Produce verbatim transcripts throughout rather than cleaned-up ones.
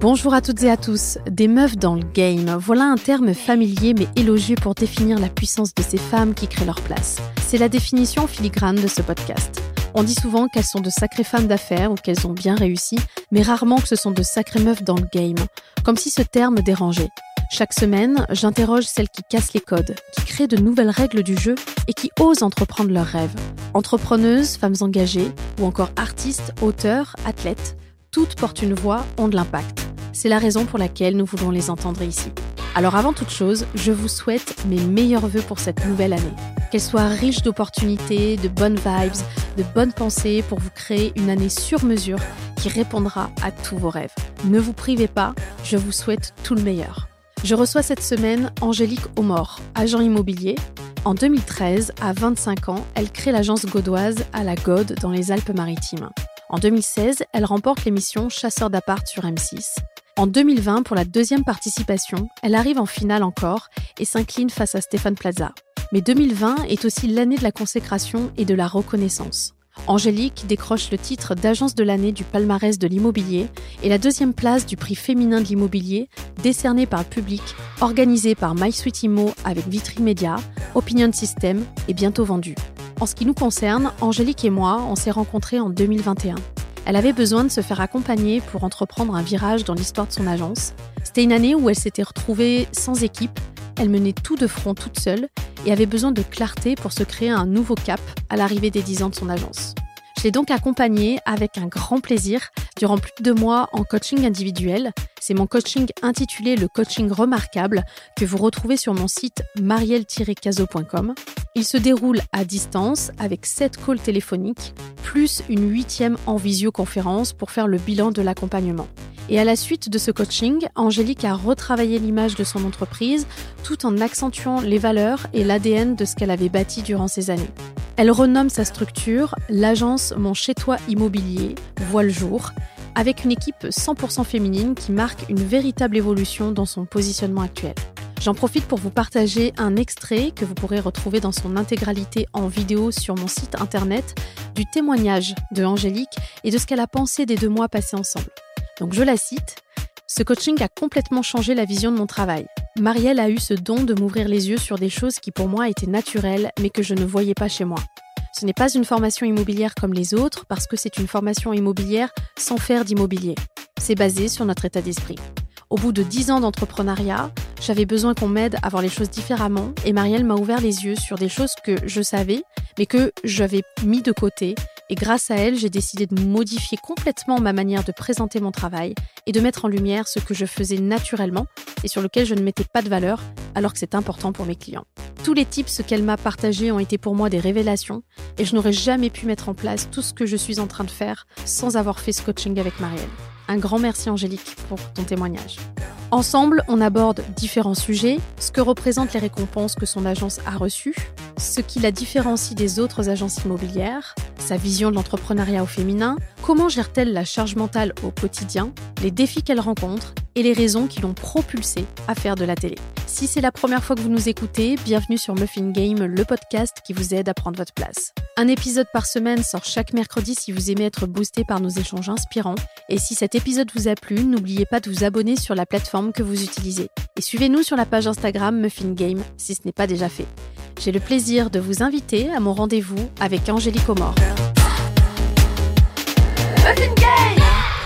Bonjour à toutes et à tous, des meufs dans le game, voilà un terme familier mais élogieux pour définir la puissance de ces femmes qui créent leur place. C'est la définition filigrane de ce podcast. On dit souvent qu'elles sont de sacrées femmes d'affaires ou qu'elles ont bien réussi, mais rarement que ce sont de sacrées meufs dans le game, comme si ce terme dérangeait. Chaque semaine, j'interroge celles qui cassent les codes, qui créent de nouvelles règles du jeu et qui osent entreprendre leurs rêves. Entrepreneuses, femmes engagées ou encore artistes, auteurs, athlètes, toutes portent une voix, ont de l'impact. C'est la raison pour laquelle nous voulons les entendre ici. Alors avant toute chose, je vous souhaite mes meilleurs vœux pour cette nouvelle année. Qu'elle soit riche d'opportunités, de bonnes vibes, de bonnes pensées pour vous créer une année sur mesure qui répondra à tous vos rêves. Ne vous privez pas, je vous souhaite tout le meilleur. Je reçois cette semaine Angélique Aumort, agent immobilier. En deux mille treize, à vingt-cinq ans, elle crée l'agence gaudoise à la Gaude dans les Alpes-Maritimes. En deux mille seize, elle remporte l'émission Chasseurs d'appart sur M six. En deux mille vingt, pour la deuxième participation, elle arrive en finale encore et s'incline face à Stéphane Plaza. Mais deux mille vingt est aussi l'année de la consécration et de la reconnaissance. Angélique décroche le titre d'agence de l'année du palmarès de l'immobilier et la deuxième place du prix féminin de l'immobilier décerné par le public, organisé par MySuite Immo avec Vitrine Média, Opinion System et bientôt vendu. En ce qui nous concerne, Angélique et moi, on s'est rencontrés en deux mille vingt et un. Elle avait besoin de se faire accompagner pour entreprendre un virage dans l'histoire de son agence. C'était une année où elle s'était retrouvée sans équipe, elle menait tout de front toute seule et avait besoin de clarté pour se créer un nouveau cap à l'arrivée des dix ans de son agence. Je l'ai donc accompagnée avec un grand plaisir durant plus de deux mois en coaching individuel. C'est mon coaching intitulé Le Coaching Remarquable que vous retrouvez sur mon site marielle tiret cazot point com. Il se déroule à distance avec sept calls téléphoniques, plus une huitième en visioconférence pour faire le bilan de l'accompagnement. Et à la suite de ce coaching, Angélique a retravaillé l'image de son entreprise tout en accentuant les valeurs et l'A D N de ce qu'elle avait bâti durant ces années. Elle renomme sa structure, l'agence Mon Chez-Toi Immobilier voit le jour, avec une équipe cent pour cent féminine qui marque une véritable évolution dans son positionnement actuel. J'en profite pour vous partager un extrait que vous pourrez retrouver dans son intégralité en vidéo sur mon site internet du témoignage de Angélique et de ce qu'elle a pensé des deux mois passés ensemble. Donc je la cite, « Ce coaching a complètement changé la vision de mon travail. Marielle a eu ce don de m'ouvrir les yeux sur des choses qui pour moi étaient naturelles mais que je ne voyais pas chez moi. Ce n'est pas une formation immobilière comme les autres parce que c'est une formation immobilière sans faire d'immobilier. C'est basé sur notre état d'esprit. Au bout de dix ans d'entrepreneuriat, j'avais besoin qu'on m'aide à voir les choses différemment et Marielle m'a ouvert les yeux sur des choses que je savais mais que j'avais mis de côté et grâce à elle, j'ai décidé de modifier complètement ma manière de présenter mon travail et de mettre en lumière ce que je faisais naturellement et sur lequel je ne mettais pas de valeur alors que c'est important pour mes clients. Tous les tips qu'elle m'a partagés ont été pour moi des révélations et je n'aurais jamais pu mettre en place tout ce que je suis en train de faire sans avoir fait ce coaching avec Marielle. Un grand merci Angélique pour ton témoignage. Ensemble, on aborde différents sujets, ce que représentent les récompenses que son agence a reçues, ce qui la différencie des autres agences immobilières, sa vision de l'entrepreneuriat au féminin, comment gère-t-elle la charge mentale au quotidien, les défis qu'elle rencontre et les raisons qui l'ont propulsée à faire de la télé. Si c'est la première fois que vous nous écoutez, bienvenue sur Muffin Game, le podcast qui vous aide à prendre votre place. Un épisode par semaine sort chaque mercredi si vous aimez être boosté par nos échanges inspirants. Et si cet épisode vous a plu, n'oubliez pas de vous abonner sur la plateforme que vous utilisez. Et suivez-nous sur la page Instagram Muffin Game si ce n'est pas déjà fait. J'ai le plaisir de vous inviter à mon rendez-vous avec Angélique Aumort. Muffin Game!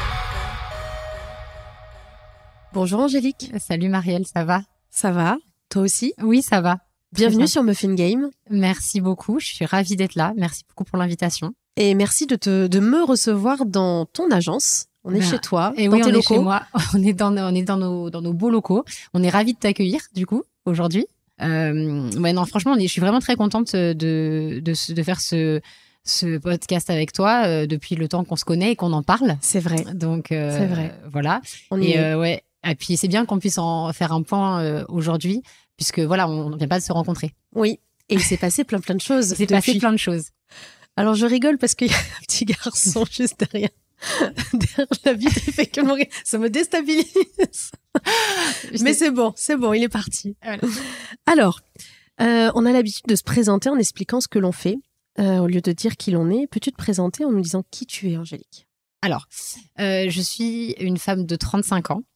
Bonjour Angélique. Salut Marielle, ça va? Ça va? Toi aussi? Oui, ça va. Bienvenue sur Muffin Game. Merci beaucoup, je suis ravie d'être là. Merci beaucoup pour l'invitation. Et merci de, te, de me recevoir dans ton agence. On est ben, chez toi, et dans oui, tes on locaux. Est chez moi. On est dans, on est dans nos, dans nos beaux locaux. On est ravis de t'accueillir du coup aujourd'hui. Euh, ouais, non, franchement, je suis vraiment très contente de, de, de faire ce, ce podcast avec toi euh, depuis le temps qu'on se connaît et qu'on en parle. C'est vrai. Donc euh, c'est vrai. Voilà. On et est... euh, ouais. Et puis c'est bien qu'on puisse en faire un point euh, aujourd'hui, puisque voilà, on ne vient pas de se rencontrer. Oui. Et il s'est passé plein plein de choses. Il s'est passé plein de choses. Alors je rigole parce qu'il y a un petit garçon juste derrière. Derrière la vitre, fait que ça me déstabilise. Mais c'est bon, c'est bon, il est parti. Voilà. Alors, euh, on a l'habitude de se présenter en expliquant ce que l'on fait, euh, au lieu de dire qui l'on est. Peux-tu te présenter en nous disant qui tu es, Angélique ? Alors, euh, je suis une femme de trente-cinq ans.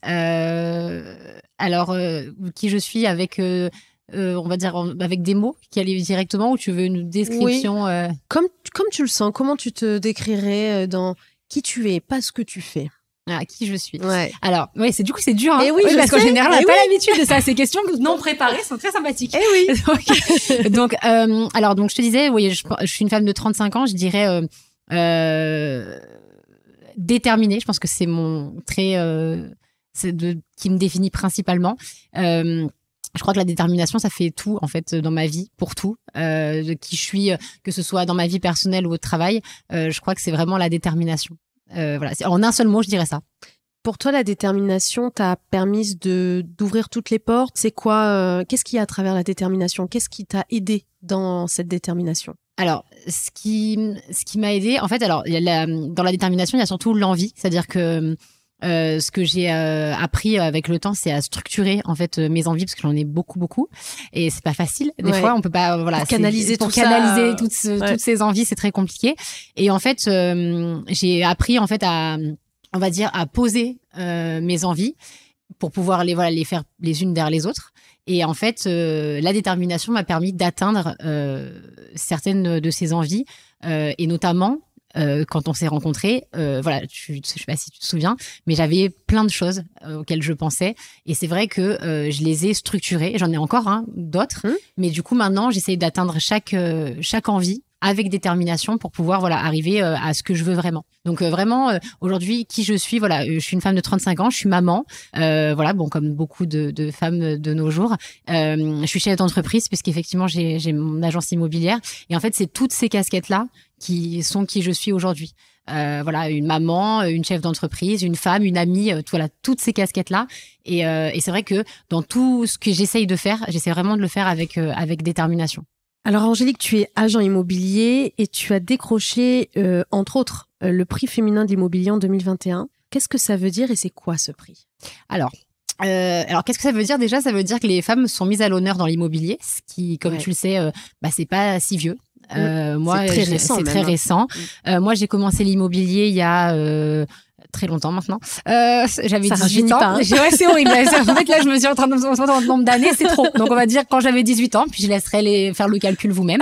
Euh, alors, euh, qui je suis avec, euh, euh, on va dire, avec des mots qui allaient directement, ou tu veux une description Oui. euh... Comme, comme tu le sens, comment tu te décrirais dans qui tu es, pas ce que tu fais? Ah, qui je suis. Ouais. Alors, ouais, c'est du coup c'est dur. Hein. Et oui, oui parce qu'en général, on n'a et pas oui. l'habitude de ça. Ces questions non préparées sont très sympathiques. Eh oui. donc, donc euh, alors donc je te disais, oui, je, je suis une femme de trente-cinq ans. Je dirais euh, euh, déterminée. Je pense que c'est mon trait euh, c'est de, qui me définit principalement. Euh, Je crois que la détermination, ça fait tout en fait dans ma vie, pour tout, euh, de qui je suis, que ce soit dans ma vie personnelle ou au travail. Euh, je crois que c'est vraiment la détermination. Euh, voilà, c'est, en un seul mot, je dirais ça. Pour toi, la détermination t'a permis de d'ouvrir toutes les portes. C'est quoi euh, Qu'est-ce qu'il y a à travers la détermination? Qu'est-ce qui t'a aidé dans cette détermination? Alors, ce qui ce qui m'a aidé, en fait, alors il y a la, dans la détermination, il y a surtout l'envie, c'est-à-dire que Euh, ce que j'ai euh, appris avec le temps, c'est à structurer en fait euh, mes envies, parce que j'en ai beaucoup beaucoup et c'est pas facile. Des ouais. fois, on peut pas voilà pour canaliser pour tout canaliser ça. toutes ce, ouais. toutes ces envies, c'est très compliqué. Et en fait, euh, j'ai appris en fait à on va dire à poser euh, mes envies pour pouvoir les voilà les faire les unes derrière les autres. Et en fait, euh, la détermination m'a permis d'atteindre euh, certaines de ces envies euh, et notamment Euh, quand on s'est rencontrés, euh, voilà, tu, je sais pas si tu te souviens, mais j'avais plein de choses euh, auxquelles je pensais, et c'est vrai que euh, je les ai structurées. J'en ai encore hein, d'autres, mmh. mais du coup maintenant j'essaye d'atteindre chaque euh, chaque envie avec détermination pour pouvoir voilà arriver euh, à ce que je veux vraiment. Donc euh, vraiment euh, aujourd'hui qui je suis, voilà, euh, je suis une femme de trente-cinq ans, je suis maman, euh, voilà, bon comme beaucoup de, de femmes de nos jours. Euh, je suis chef d'entreprise puisqu'effectivement j'ai j'ai mon agence immobilière, et en fait c'est toutes ces casquettes là qui sont qui je suis aujourd'hui. Euh, voilà, une maman, une chef d'entreprise, une femme, une amie, euh, voilà, toutes ces casquettes-là. Et, euh, et c'est vrai que dans tout ce que j'essaye de faire, j'essaie vraiment de le faire avec, euh, avec détermination. Alors Angélique, tu es agent immobilier et tu as décroché, euh, entre autres, euh, le prix féminin de l'immobilier en deux mille vingt et un. Qu'est-ce que ça veut dire et c'est quoi ce prix? Alors, Euh, alors, qu'est-ce que ça veut dire déjà? Ça veut dire que les femmes sont mises à l'honneur dans l'immobilier, ce qui, comme ouais. tu le sais, euh, bah, c'est pas si vieux. Euh, moi, c'est très récent. C'est même, très hein. récent. Euh, moi, j'ai commencé l'immobilier il y a euh, très longtemps maintenant. Euh, j'avais ça dix-huit ans. Pas, hein. Ouais, c'est horrible. En fait, là, je me suis en train de me nombre d'années, c'est trop. Donc, on va dire quand j'avais dix-huit ans, puis je laisserai les faire le calcul vous-même.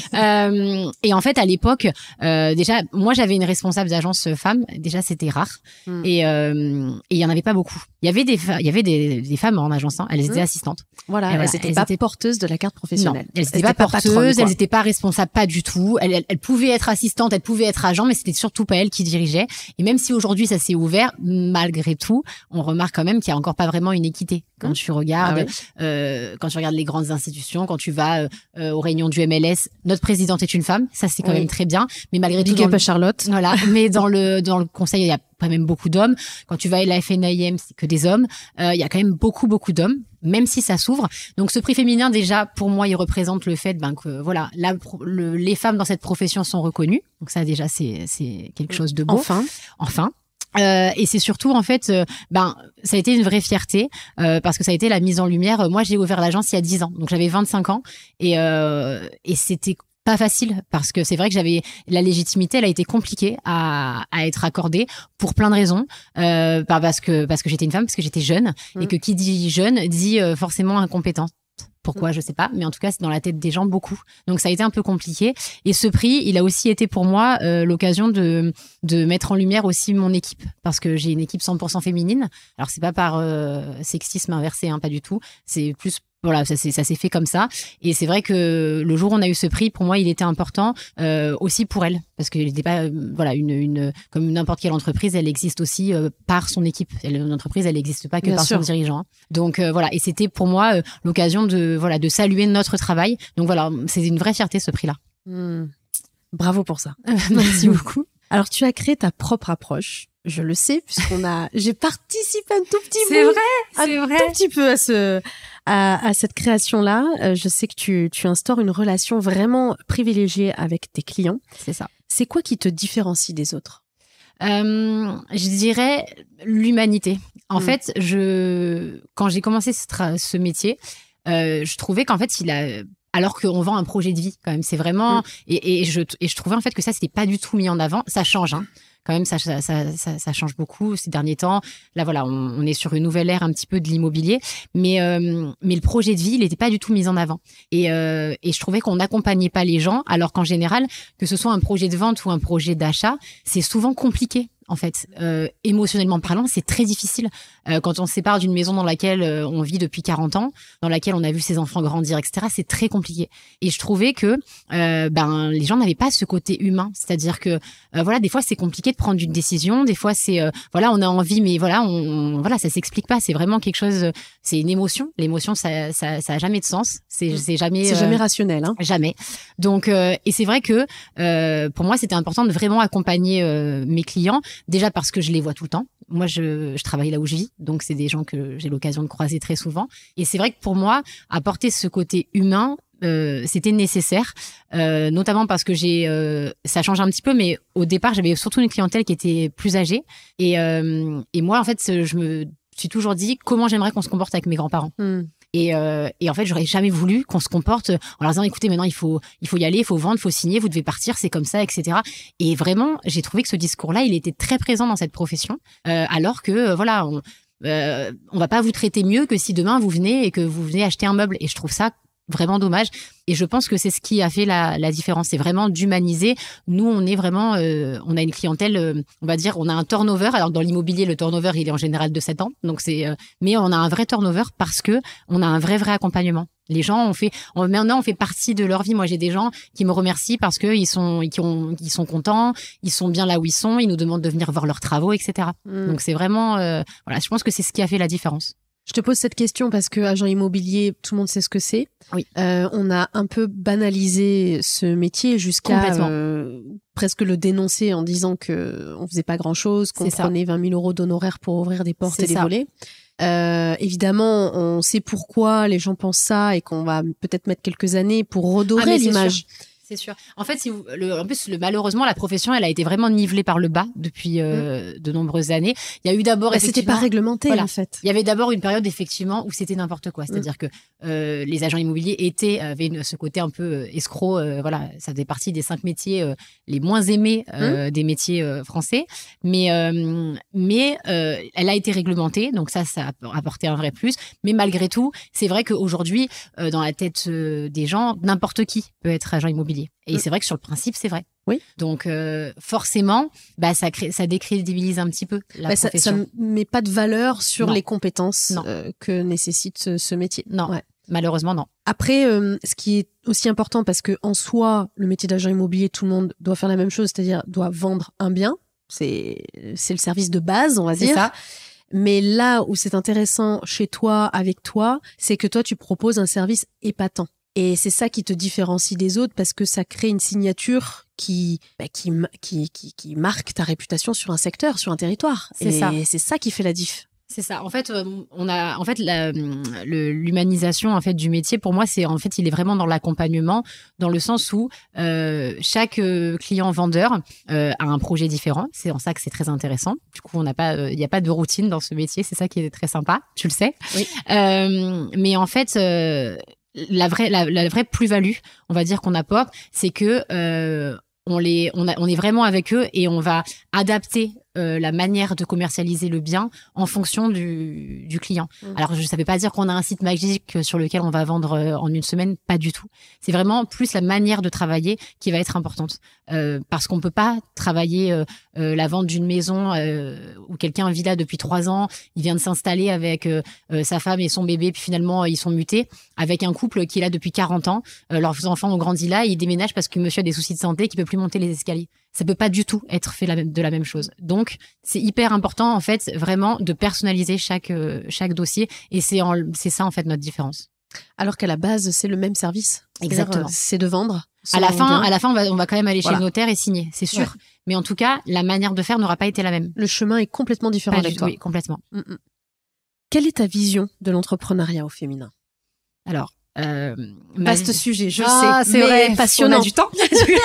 euh, et en fait, à l'époque, euh, déjà, moi, j'avais une responsable d'agence femme. Déjà, c'était rare. Mm. Et euh, il y en avait pas beaucoup. Il y avait des, il y avait des, des femmes en agence. Hein. Elles étaient mmh. assistantes. Voilà, elles n'étaient voilà, pas étaient... porteuses de la carte professionnelle. Non, elles n'étaient pas, pas porteuses, elles n'étaient pas responsables, pas du tout. Elles, elles, elles pouvaient être assistantes, elles pouvaient être agents, mais c'était surtout pas elles qui dirigeaient. Et même si aujourd'hui ça s'est ouvert, malgré tout, on remarque quand même qu'il y a encore pas vraiment une équité. Quand mmh. tu regardes, ah ouais. euh, quand tu regardes les grandes institutions, quand tu vas euh, aux réunions du M L S, notre présidente est une femme, ça c'est quand oui. même très bien. Mais malgré Big tout, up à Charlotte. Voilà. Mais dans le dans le conseil, il y a pas même beaucoup d'hommes. Quand tu vas à la F N A I M, c'est que des hommes. Euh, il y a quand même beaucoup, beaucoup d'hommes, même si ça s'ouvre. Donc, ce prix féminin, déjà, pour moi, il représente le fait ben, que voilà, la, le, les femmes dans cette profession sont reconnues. Donc, ça, déjà, c'est, c'est quelque chose de beau. Enfin. Enfin. Euh, et c'est surtout en fait, euh, ben ça a été une vraie fierté euh, parce que ça a été la mise en lumière. Moi, j'ai ouvert l'agence il y a dix ans, donc j'avais vingt-cinq ans et euh, et c'était pas facile parce que c'est vrai que j'avais la légitimité, elle a été compliquée à, à être accordée pour plein de raisons. Euh, parce que parce que j'étais une femme, parce que j'étais jeune mmh. et que qui dit jeune dit euh, forcément incompétente. Pourquoi, je sais pas, mais en tout cas, c'est dans la tête des gens beaucoup. Donc, ça a été un peu compliqué. Et ce prix, il a aussi été pour moi euh, l'occasion de de mettre en lumière aussi mon équipe, parce que j'ai une équipe cent pour cent féminine. Alors, c'est pas par euh, sexisme inversé, hein, pas du tout. C'est plus voilà, ça s'est ça s'est fait comme ça. Et c'est vrai que le jour où on a eu ce prix, pour moi, il était important euh, aussi pour elle, parce qu'elle n'était pas euh, voilà une une comme n'importe quelle entreprise, elle existe aussi euh, par son équipe. Elle, une entreprise, elle n'existe pas que Bien par sûr. son dirigeant. Donc euh, voilà, et c'était pour moi euh, l'occasion de voilà de saluer notre travail. Donc voilà, c'est une vraie fierté ce prix-là. Mmh. Bravo pour ça. Merci beaucoup. Alors tu as créé ta propre approche. Je le sais puisqu'on a, j'ai participé un tout petit peu. C'est vrai, c'est un vrai. tout petit peu à ce, à, à cette création-là. Euh, je sais que tu, tu instaures une relation vraiment privilégiée avec tes clients. C'est ça. C'est quoi qui te différencie des autres? Euh, je dirais l'humanité. En mmh. fait, je, quand j'ai commencé ce, tra- ce métier, euh, je trouvais qu'en fait, il a, alors qu'on vend un projet de vie quand même, c'est vraiment, mmh. et, et je, et je trouvais en fait que ça, c'était pas du tout mis en avant. Ça change, hein. quand même, ça, ça, ça, ça, ça change beaucoup ces derniers temps. Là, voilà, on, on est sur une nouvelle ère un petit peu de l'immobilier, mais euh, mais le projet de vie, il n'était pas du tout mis en avant. Et euh, et je trouvais qu'on n'accompagnait pas les gens, alors qu'en général, que ce soit un projet de vente ou un projet d'achat, c'est souvent compliqué. En fait, euh, émotionnellement parlant, c'est très difficile euh, quand on se sépare d'une maison dans laquelle euh, on vit depuis quarante ans, dans laquelle on a vu ses enfants grandir, et cetera. C'est très compliqué. Et je trouvais que euh, ben les gens n'avaient pas ce côté humain, c'est-à-dire que euh, voilà, des fois c'est compliqué de prendre une décision, des fois c'est euh, voilà, on a envie, mais voilà, on, on voilà, ça s'explique pas. C'est vraiment quelque chose, c'est une émotion. L'émotion, ça, ça, ça a jamais de sens. C'est, c'est jamais, c'est euh, jamais rationnel, hein. Jamais. Donc, euh, et c'est vrai que euh, pour moi, c'était important de vraiment accompagner euh, mes clients. Déjà parce que je les vois tout le temps. Moi, je, je travaille là où je vis, donc c'est des gens que j'ai l'occasion de croiser très souvent. Et c'est vrai que pour moi, apporter ce côté humain, euh, c'était nécessaire, euh, notamment parce que j'ai, euh, ça change un petit peu, mais au départ, j'avais surtout une clientèle qui était plus âgée. Et, euh, et moi, en fait, je me suis toujours dit comment j'aimerais qu'on se comporte avec mes grands-parents. Mm. Et, euh, et en fait, j'aurais jamais voulu qu'on se comporte en leur disant, écoutez, maintenant il faut, il faut y aller, il faut vendre, il faut signer, vous devez partir, c'est comme ça, et cetera. Et vraiment, j'ai trouvé que ce discours-là, il était très présent dans cette profession, euh, alors que euh, voilà, on, euh, on va pas vous traiter mieux que si demain vous venez et que vous venez acheter un meuble. Et je trouve ça vraiment dommage. Et je pense que c'est ce qui a fait la, la différence. C'est vraiment d'humaniser. Nous, on est vraiment, euh, on a une clientèle, euh, on va dire, on a un turnover. Alors dans l'immobilier, le turnover, il est en général de sept ans. Donc c'est, euh, mais on a un vrai turnover parce que on a un vrai vrai accompagnement. Les gens, on fait, on, maintenant, on fait partie de leur vie. Moi, j'ai des gens qui me remercient parce que ils sont, qui ont, ils sont contents, ils sont bien là où ils sont, ils nous demandent de venir voir leurs travaux, et cetera. Mm. Donc c'est vraiment, euh, voilà, je pense que c'est ce qui a fait la différence. Je te pose cette question parce que agent immobilier, tout le monde sait ce que c'est. Oui. Euh, on a un peu banalisé ce métier jusqu'à euh, presque le dénoncer en disant que on faisait pas grand chose, qu'on prenait vingt mille euros d'honoraires pour ouvrir des portes c'est et des ça. volets. Euh, évidemment, on sait pourquoi les gens pensent ça et qu'on va peut-être mettre quelques années pour redorer ah, l'image. Sûr. C'est sûr. En fait, si vous, le, en plus, le, malheureusement, la profession, elle a été vraiment nivelée par le bas depuis euh, mmh. de nombreuses années. Il y a eu d'abord, bah, c'était pas réglementé voilà. en fait. Il y avait d'abord une période effectivement où c'était n'importe quoi, c'est-à-dire mmh. que euh, les agents immobiliers étaient avaient une, ce côté un peu euh, escroc. Euh, voilà, ça faisait partie des cinq métiers euh, les moins aimés euh, mmh. des métiers euh, français. Mais euh, mais euh, elle a été réglementée, donc ça, ça a apporté un vrai plus. Mais malgré tout, c'est vrai qu'aujourd'hui, euh, dans la tête euh, des gens, n'importe qui peut être agent immobilier. Et mmh. c'est vrai que sur le principe, c'est vrai. Oui. Donc euh, forcément, bah ça crée, ça décrédibilise un petit peu la bah, profession. Ça, ça met pas de valeur sur non. les compétences euh, que nécessite ce, ce métier. Non, ouais. Malheureusement non. Après, euh, ce qui est aussi important, parce que en soi, le métier d'agent immobilier, tout le monde doit faire la même chose, c'est-à-dire doit vendre un bien. C'est c'est le service de base, on va c'est dire. Ça. Mais là où c'est intéressant chez toi, avec toi, c'est que toi, tu proposes un service épatant. Et c'est ça qui te différencie des autres parce que ça crée une signature qui, bah, qui, qui, qui, qui marque ta réputation sur un secteur, sur un territoire. C'est et ça. c'est ça qui fait la diff. C'est ça. En fait, on a, en fait, la, le, l'humanisation en fait du métier. Pour moi, c'est en fait, il est vraiment dans l'accompagnement, dans le sens où euh, chaque euh, client vendeur euh, a un projet différent. C'est en ça que c'est très intéressant. Du coup, on n'a pas, il euh, n'y a pas de routine dans ce métier. C'est ça qui est très sympa. Tu le sais. Oui. Euh, mais en fait. Euh, La vraie, la, la vraie plus-value, on va dire qu'on apporte, c'est que euh, on les, on, a, on est vraiment avec eux et on va adapter euh, la manière de commercialiser le bien en fonction du, du client. Mmh. Alors, je, ça ne veut pas dire qu'on a un site magique sur lequel on va vendre euh, en une semaine, pas du tout. C'est vraiment plus la manière de travailler qui va être importante. Euh, parce qu'on ne peut pas travailler euh, euh, la vente d'une maison euh, où quelqu'un vit là depuis trois ans, il vient de s'installer avec euh, euh, sa femme et son bébé, puis finalement, ils sont mutés, avec un couple qui est là depuis quarante ans, euh, leurs enfants ont grandi là, et ils déménagent parce que monsieur a des soucis de santé, qu'il ne peut plus monter les escaliers. Ça peut pas du tout être fait la même, de la même chose. Donc, c'est hyper important, en fait, vraiment, de personnaliser chaque, euh, chaque dossier. Et c'est, en, c'est ça, en fait, notre différence. Alors qu'à la base, c'est le même service. Exactement. C'est de vendre. À la fin, à la fin, on va, on va quand même aller voilà. chez le notaire et signer, c'est sûr. Ouais. Mais en tout cas, la manière de faire n'aura pas été la même. Le chemin est complètement différent pas avec du, toi. Oui, complètement. Mm-mm. Quelle est ta vision de l'entrepreneuriat au féminin? Alors, Euh, vaste ma... sujet, je ah, sais, c'est mais vrai, passionnant. On a du temps.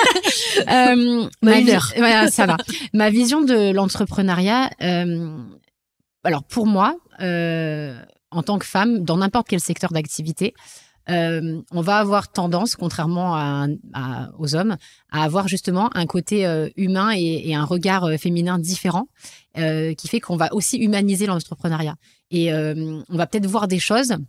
euh, ma vi... ouais, ça va. Ma vision de l'entrepreneuriat, euh... alors pour moi, euh... en tant que femme, dans n'importe quel secteur d'activité, euh, on va avoir tendance, contrairement à, à, aux hommes, à avoir justement un côté euh, humain et, et un regard euh, féminin différent, euh, qui fait qu'on va aussi humaniser l'entrepreneuriat. Et euh, on va peut-être voir des choses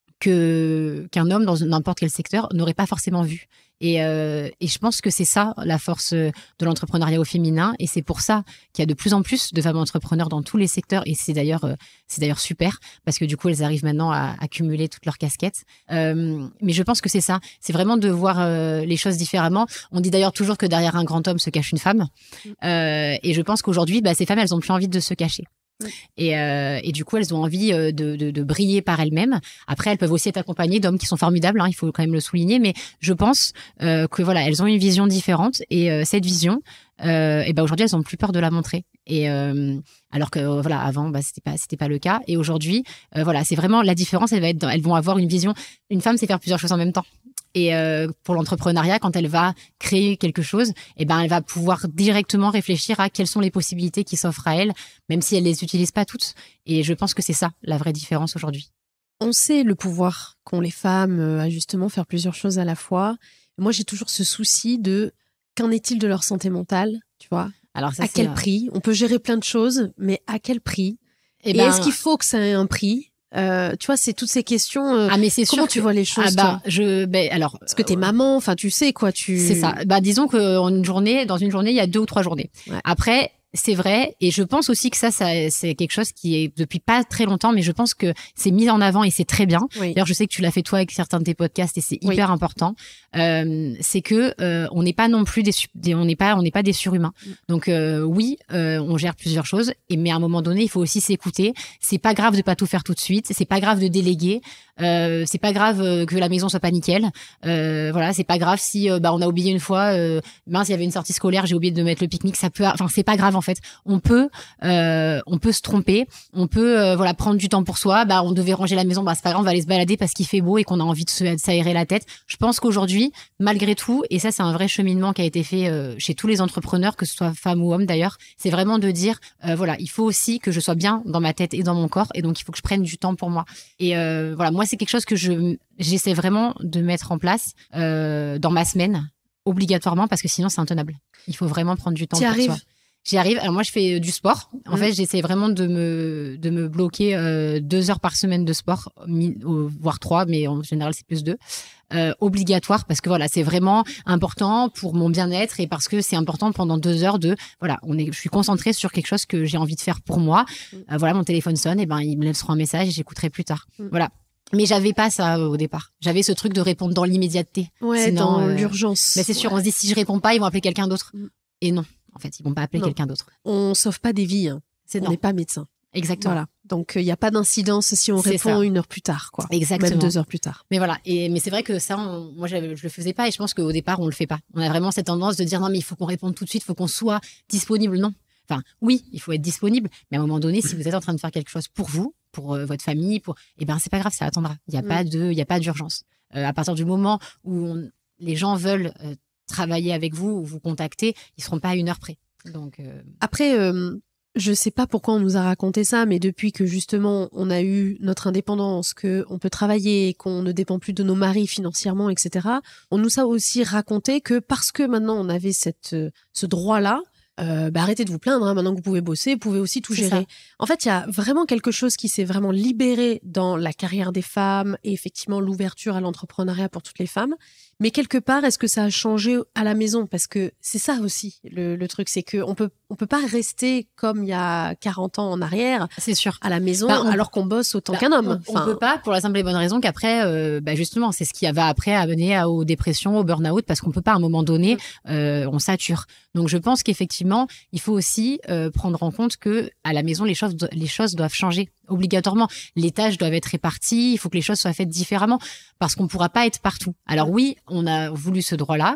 que qu'un homme dans n'importe quel secteur n'aurait pas forcément vu. Et, euh, et je pense que c'est ça la force de l'entrepreneuriat au féminin, et c'est pour ça qu'il y a de plus en plus de femmes entrepreneurs dans tous les secteurs, et c'est d'ailleurs euh, c'est d'ailleurs super parce que du coup elles arrivent maintenant à, à cumuler toutes leurs casquettes. Euh, mais je pense que c'est ça, c'est vraiment de voir euh, les choses différemment. On dit d'ailleurs toujours que derrière un grand homme se cache une femme, euh, et je pense qu'aujourd'hui bah, ces femmes elles ont plus envie de se cacher. Et, euh, et du coup, elles ont envie de, de, de briller par elles-mêmes. Après, elles peuvent aussi être accompagnées d'hommes qui sont formidables, hein, il faut quand même le souligner. Mais je pense euh, que voilà, elles ont une vision différente. Et euh, cette vision, euh, et ben aujourd'hui, elles ont plus peur de la montrer. Et euh, alors que euh, voilà, avant, bah, c'était pas c'était pas le cas. Et aujourd'hui, euh, voilà, c'est vraiment la différence. Elle va être, dans, elles vont avoir une vision. Une femme, c'est faire plusieurs choses en même temps. Et euh, pour l'entrepreneuriat, quand elle va créer quelque chose, eh ben elle va pouvoir directement réfléchir à quelles sont les possibilités qui s'offrent à elle, même si elle les utilise pas toutes. Et je pense que c'est ça la vraie différence aujourd'hui. On sait le pouvoir qu'ont les femmes à justement faire plusieurs choses à la fois. Moi, j'ai toujours ce souci de qu'en est-il de leur santé mentale, tu vois ? Alors ça, à quel prix ? On peut gérer plein de choses, mais à quel prix ? Et, Et ben... est-ce qu'il faut que ça ait un prix ? Euh, tu vois, c'est toutes ces questions. Euh, ah mais c'est comment sûr tu que... vois les choses, ah bah toi je ben alors parce que t'es maman, enfin tu sais quoi, tu. C'est ça. Bah disons que en une journée, dans une journée, il y a deux ou trois journées. Ouais. Après. C'est vrai, et je pense aussi que ça, ça, c'est quelque chose qui est depuis pas très longtemps, mais je pense que c'est mis en avant et c'est très bien. Oui. D'ailleurs, je sais que tu l'as fait toi avec certains de tes podcasts et c'est hyper oui. important. Euh, c'est que euh, on n'est pas non plus des, des on n'est pas on n'est pas des surhumains. Mm. Donc euh, oui, euh, on gère plusieurs choses, et mais à un moment donné, il faut aussi s'écouter. C'est pas grave de pas tout faire tout de suite. C'est pas grave de déléguer. Euh, c'est pas grave que la maison soit pas nickel. Euh, voilà, c'est pas grave si euh, bah on a oublié une fois. Euh, mince, il y avait une sortie scolaire, j'ai oublié de mettre le pique-nique. Ça peut, enfin c'est pas grave. En fait, on peut, euh, on peut se tromper, on peut, euh, voilà, prendre du temps pour soi. Bah, on devait ranger la maison, bah c'est pas grave, on va aller se balader parce qu'il fait beau et qu'on a envie de, se, de s'aérer la tête. Je pense qu'aujourd'hui, malgré tout, et ça c'est un vrai cheminement qui a été fait euh, chez tous les entrepreneurs, que ce soit femmes ou hommes d'ailleurs, c'est vraiment de dire, euh, voilà, il faut aussi que je sois bien dans ma tête et dans mon corps, et donc il faut que je prenne du temps pour moi. Et euh, voilà, moi c'est quelque chose que je, j'essaie vraiment de mettre en place euh, dans ma semaine, obligatoirement, parce que sinon c'est intenable. Il faut vraiment prendre du temps T'y pour arrives. soi. J'y arrive. Alors moi, je fais du sport. En mmh. fait, j'essaie vraiment de me de me bloquer euh, deux heures par semaine de sport, mi- voire trois, mais en général c'est plus deux, euh, obligatoire, parce que voilà, c'est vraiment important pour mon bien-être et parce que c'est important pendant deux heures de voilà, on est, je suis concentrée sur quelque chose que j'ai envie de faire pour moi. Mmh. Euh, voilà, mon téléphone sonne, et ben il me laissera un message et j'écouterai plus tard. Mmh. Voilà. Mais j'avais pas ça euh, au départ. J'avais ce truc de répondre dans l'immédiateté. Ouais, Sinon, dans euh, l'urgence. Mais c'est sûr, ouais. on se dit si je réponds pas, ils vont appeler quelqu'un d'autre. Mmh. Et non. En fait, ils vont pas appeler non. quelqu'un d'autre. On sauve pas des vies. Hein. C'est on n'est pas médecin. Exactement. Voilà. Donc il euh, y a pas d'incidence si on c'est répond ça. une heure plus tard, quoi. Exactement. Même deux heures plus tard. Mais voilà. Et mais c'est vrai que ça, on, moi, je, je le faisais pas, et je pense qu'au départ, on le fait pas. On a vraiment cette tendance de dire non, mais il faut qu'on réponde tout de suite, il faut qu'on soit disponible. Non. Enfin, oui, il faut être disponible, mais à un moment donné, si vous êtes en train de faire quelque chose pour vous, pour euh, votre famille, pour, eh ben c'est pas grave, ça attendra. Il y a mmh. pas de, il y a pas d'urgence. Euh, à partir du moment où on, les gens veulent euh, travailler avec vous ou vous contacter, ils seront pas à une heure près. Donc euh... après, euh, je sais pas pourquoi on nous a raconté ça, mais depuis que justement on a eu notre indépendance, que on peut travailler, qu'on ne dépend plus de nos maris financièrement, et cetera, on nous a aussi raconté que parce que maintenant on avait cette ce droit-là. Euh, bah arrêtez de vous plaindre, hein, maintenant que vous pouvez bosser, vous pouvez aussi tout c'est gérer. Ça. En fait, il y a vraiment quelque chose qui s'est vraiment libéré dans la carrière des femmes et effectivement l'ouverture à l'entrepreneuriat pour toutes les femmes. Mais quelque part, est-ce que ça a changé à la maison ? Parce que c'est ça aussi, le, le truc, c'est qu'on peut, on peut pas rester comme il y a quarante ans en arrière, c'est sûr, à la maison, bah, on, alors qu'on bosse autant bah, qu'un homme. On, enfin... on peut pas, pour la simple et bonne raison qu'après, euh, bah justement, c'est ce qui va après amener à, aux dépressions, au burn-out, parce qu'on peut pas à un moment donné, euh, on sature. Donc je pense qu'effectivement, il faut aussi euh, prendre en compte que à la maison, les choses, les choses doivent changer obligatoirement. Les tâches doivent être réparties, il faut que les choses soient faites différemment, parce qu'on pourra pas être partout. Alors oui, on a voulu ce droit-là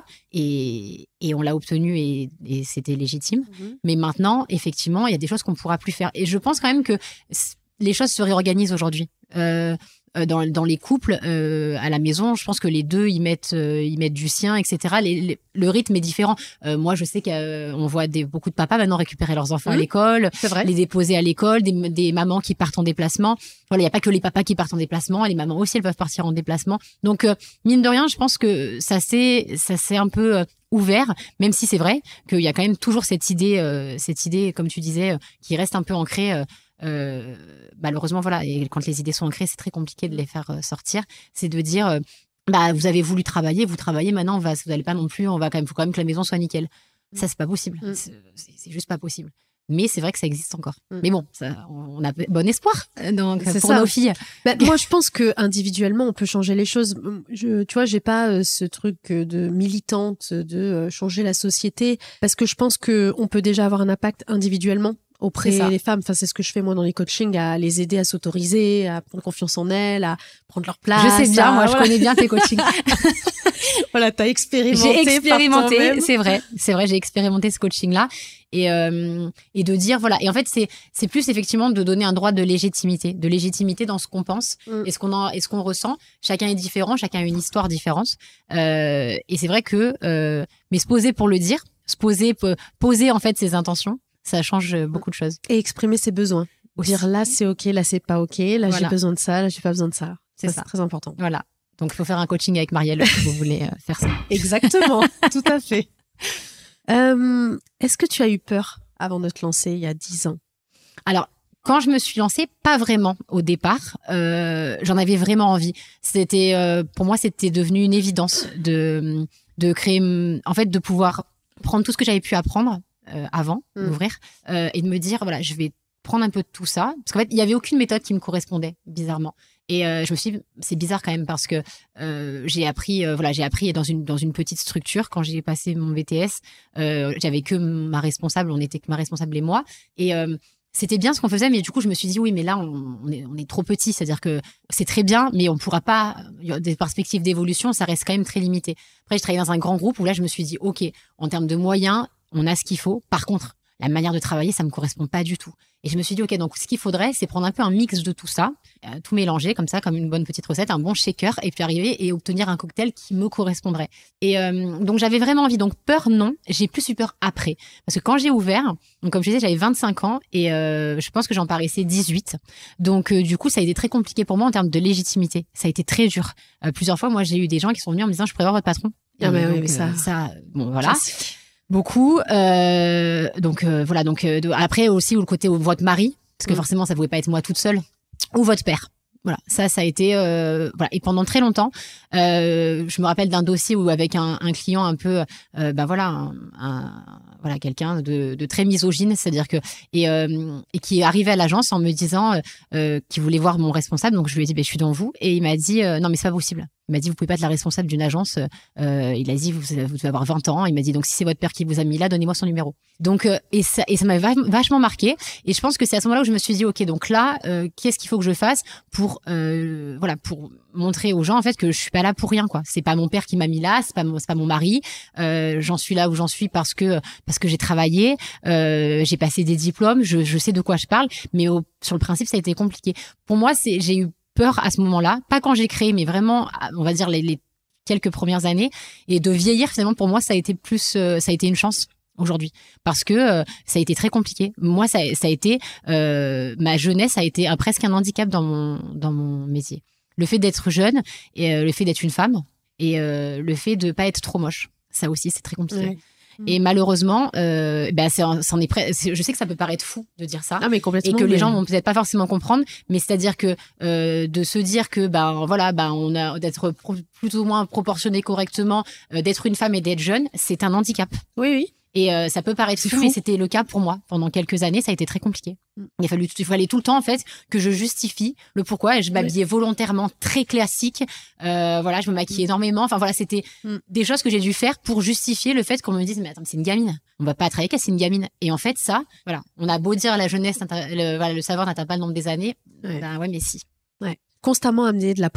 et, et on l'a obtenu et, et c'était légitime. Mmh. Mais maintenant, effectivement, il y a des choses qu'on pourra plus faire. Et je pense quand même que les choses se réorganisent aujourd'hui. Euh, euh, dans, dans les couples euh, à la maison, je pense que les deux ils mettent euh, ils mettent du sien, et cetera. Les, les, le rythme est différent. Euh, moi, je sais qu'on voit des, beaucoup de papas maintenant récupérer leurs enfants mmh. à l'école, les déposer à l'école, des, des mamans qui partent en déplacement. Voilà, il y a pas que les papas qui partent en déplacement, les mamans aussi elles peuvent partir en déplacement. Donc euh, mine de rien, je pense que ça c'est ça c'est un peu euh, ouvert, même si c'est vrai qu'il y a quand même toujours cette idée, euh, cette idée, comme tu disais, euh, qui reste un peu ancrée. Euh, euh, malheureusement, voilà. Et quand les idées sont ancrées, c'est très compliqué de les faire euh, sortir. C'est de dire, euh, bah, vous avez voulu travailler, vous travaillez. Maintenant, on va, vous n'allez pas non plus. On va quand même, faut quand même que la maison soit nickel. Mmh. Ça, c'est pas possible. Mmh. C'est, c'est juste pas possible. Mais c'est vrai que ça existe encore. Mmh. Mais bon, ça, on a bon espoir donc c'est pour ça. Nos filles. Bah, moi, je pense que individuellement, on peut changer les choses. Je, tu vois, j'ai pas euh, ce truc de militante de euh, changer la société parce que je pense que on peut déjà avoir un impact individuellement auprès des femmes. Enfin, c'est ce que je fais moi dans les coachings, à les aider à s'autoriser, à prendre confiance en elles, à prendre leur place. Je sais bien, à... moi, voilà. je connais bien tes coachings. Voilà, t'as expérimenté. J'ai expérimenté, c'est vrai, c'est vrai, j'ai expérimenté ce coaching-là et euh, et de dire voilà. Et en fait, c'est c'est plus effectivement de donner un droit de légitimité, de légitimité dans ce qu'on pense mm. et ce qu'on en, et ce qu'on ressent. Chacun est différent, chacun a une histoire différente. Euh, et c'est vrai que euh, mais se poser pour le dire, se poser, poser en fait ses intentions, ça change beaucoup de choses. Et exprimer ses besoins. Aussi. Dire là c'est ok, là c'est pas ok, là voilà. J'ai besoin de ça, là j'ai pas besoin de ça. C'est ça, ça. C'est très important. Voilà. Donc, il faut faire un coaching avec Marielle si vous voulez euh, faire ça. Exactement, tout à fait. Euh, est-ce que tu as eu peur avant de te lancer il y a dix ans ? Alors, quand je me suis lancée, pas vraiment au départ. Euh, j'en avais vraiment envie. C'était, euh, pour moi, c'était devenu une évidence de, de créer, en fait, de pouvoir prendre tout ce que j'avais pu apprendre euh, avant mmh. d'ouvrir euh, et de me dire, voilà, je vais prendre un peu de tout ça. Parce qu'en fait, il y avait aucune méthode qui me correspondait, bizarrement. Et euh, je me suis dit, c'est bizarre quand même parce que euh, j'ai appris, euh, voilà, j'ai appris dans une dans une petite structure quand j'ai passé mon B T S. Euh, j'avais que ma responsable, on était que ma responsable et moi. Et euh, c'était bien ce qu'on faisait, mais du coup, je me suis dit oui, mais là, on, on est on est trop petit, c'est-à-dire que c'est très bien, mais on pourra pas. Il y a des perspectives d'évolution, ça reste quand même très limité. Après, je travaillais dans un grand groupe où là, je me suis dit, ok, en termes de moyens, on a ce qu'il faut. Par contre, la manière de travailler, ça me correspond pas du tout. Et je me suis dit, ok, donc ce qu'il faudrait, c'est prendre un peu un mix de tout ça, euh, tout mélanger comme ça, comme une bonne petite recette, un bon shaker, et puis arriver et obtenir un cocktail qui me correspondrait. Et euh, donc j'avais vraiment envie. Donc peur, non. J'ai plus eu peur après, parce que quand j'ai ouvert, donc comme je disais, j'avais vingt-cinq ans et euh, je pense que j'en paraissais dix-huit. Donc euh, du coup, ça a été très compliqué pour moi en termes de légitimité. Ça a été très dur. Euh, plusieurs fois, moi, j'ai eu des gens qui sont venus en me disant, je pourrais voir votre patron. Ah mais donc, oui, mais ça, euh, ça, bon voilà. Classique. Beaucoup, euh, donc euh, voilà. Donc euh, de, après aussi ou le côté où votre mari, parce que mmh. forcément ça pouvait pas être moi toute seule, ou votre père. Voilà, ça, ça a été euh, voilà. Et pendant très longtemps, euh, je me rappelle d'un dossier où avec un, un client un peu, euh, ben voilà, un, un, voilà, quelqu'un de, de très misogyne, c'est-à-dire que et, euh, et qui est arrivé à l'agence en me disant euh, qu'il voulait voir mon responsable. Donc je lui ai dit, ben je suis dans vous, et il m'a dit euh, non mais c'est pas possible. Il m'a dit, vous pouvez pas être la responsable d'une agence. Euh, il a dit, vous, vous devez avoir vingt ans. Il m'a dit, donc si c'est votre père qui vous a mis là, donnez-moi son numéro. Donc, euh, et ça, et ça m'a vachement marqué. Et je pense que c'est à ce moment-là où je me suis dit, ok, donc là, euh, qu'est-ce qu'il faut que je fasse pour, euh, voilà, pour montrer aux gens en fait que je suis pas là pour rien, quoi. C'est pas mon père qui m'a mis là, c'est pas mon, c'est pas mon mari. Euh, j'en suis là où j'en suis parce que parce que j'ai travaillé, euh, j'ai passé des diplômes, je, je sais de quoi je parle. Mais au, sur le principe, ça a été compliqué. Pour moi, c'est, j'ai eu peur à ce moment-là, pas quand j'ai créé, mais vraiment, on va dire les, les quelques premières années, et de vieillir finalement pour moi ça a été plus, euh, ça a été une chance aujourd'hui parce que euh, ça a été très compliqué. Moi ça, ça a été euh, ma jeunesse a été un, presque un handicap dans mon dans mon métier. Le fait d'être jeune et euh, le fait d'être une femme et euh, le fait de pas être trop moche, ça aussi c'est très compliqué. Oui. Et malheureusement, euh, ben c'est, c'en est prêt. Je sais que ça peut paraître fou de dire ça, ah, mais complètement, et que mais... les gens vont peut-être pas forcément comprendre. Mais c'est-à-dire que euh, de se dire que ben voilà, ben on a d'être pro- plus ou moins proportionné correctement, euh, d'être une femme et d'être jeune, c'est un handicap. Oui, oui. Et euh, ça peut paraître fou, fou, mais c'était le cas pour moi. Pendant quelques années, ça a été très compliqué. Mm. Il a fallu, il fallait tout le temps en fait que je justifie le pourquoi. Et je m'habillais oui. volontairement très classique. Euh, voilà, je me maquillais mm. énormément. Enfin voilà, c'était mm. des choses que j'ai dû faire pour justifier le fait qu'on me dise mais attends, c'est une gamine. On va pas travailler qu'elle, c'est une gamine. Et en fait, ça, voilà, on a beau dire la jeunesse, le, voilà, le savoir n'atteint pas le nombre des années. Ouais. Ben ouais, mais si. Ouais. Constamment amener de la preuve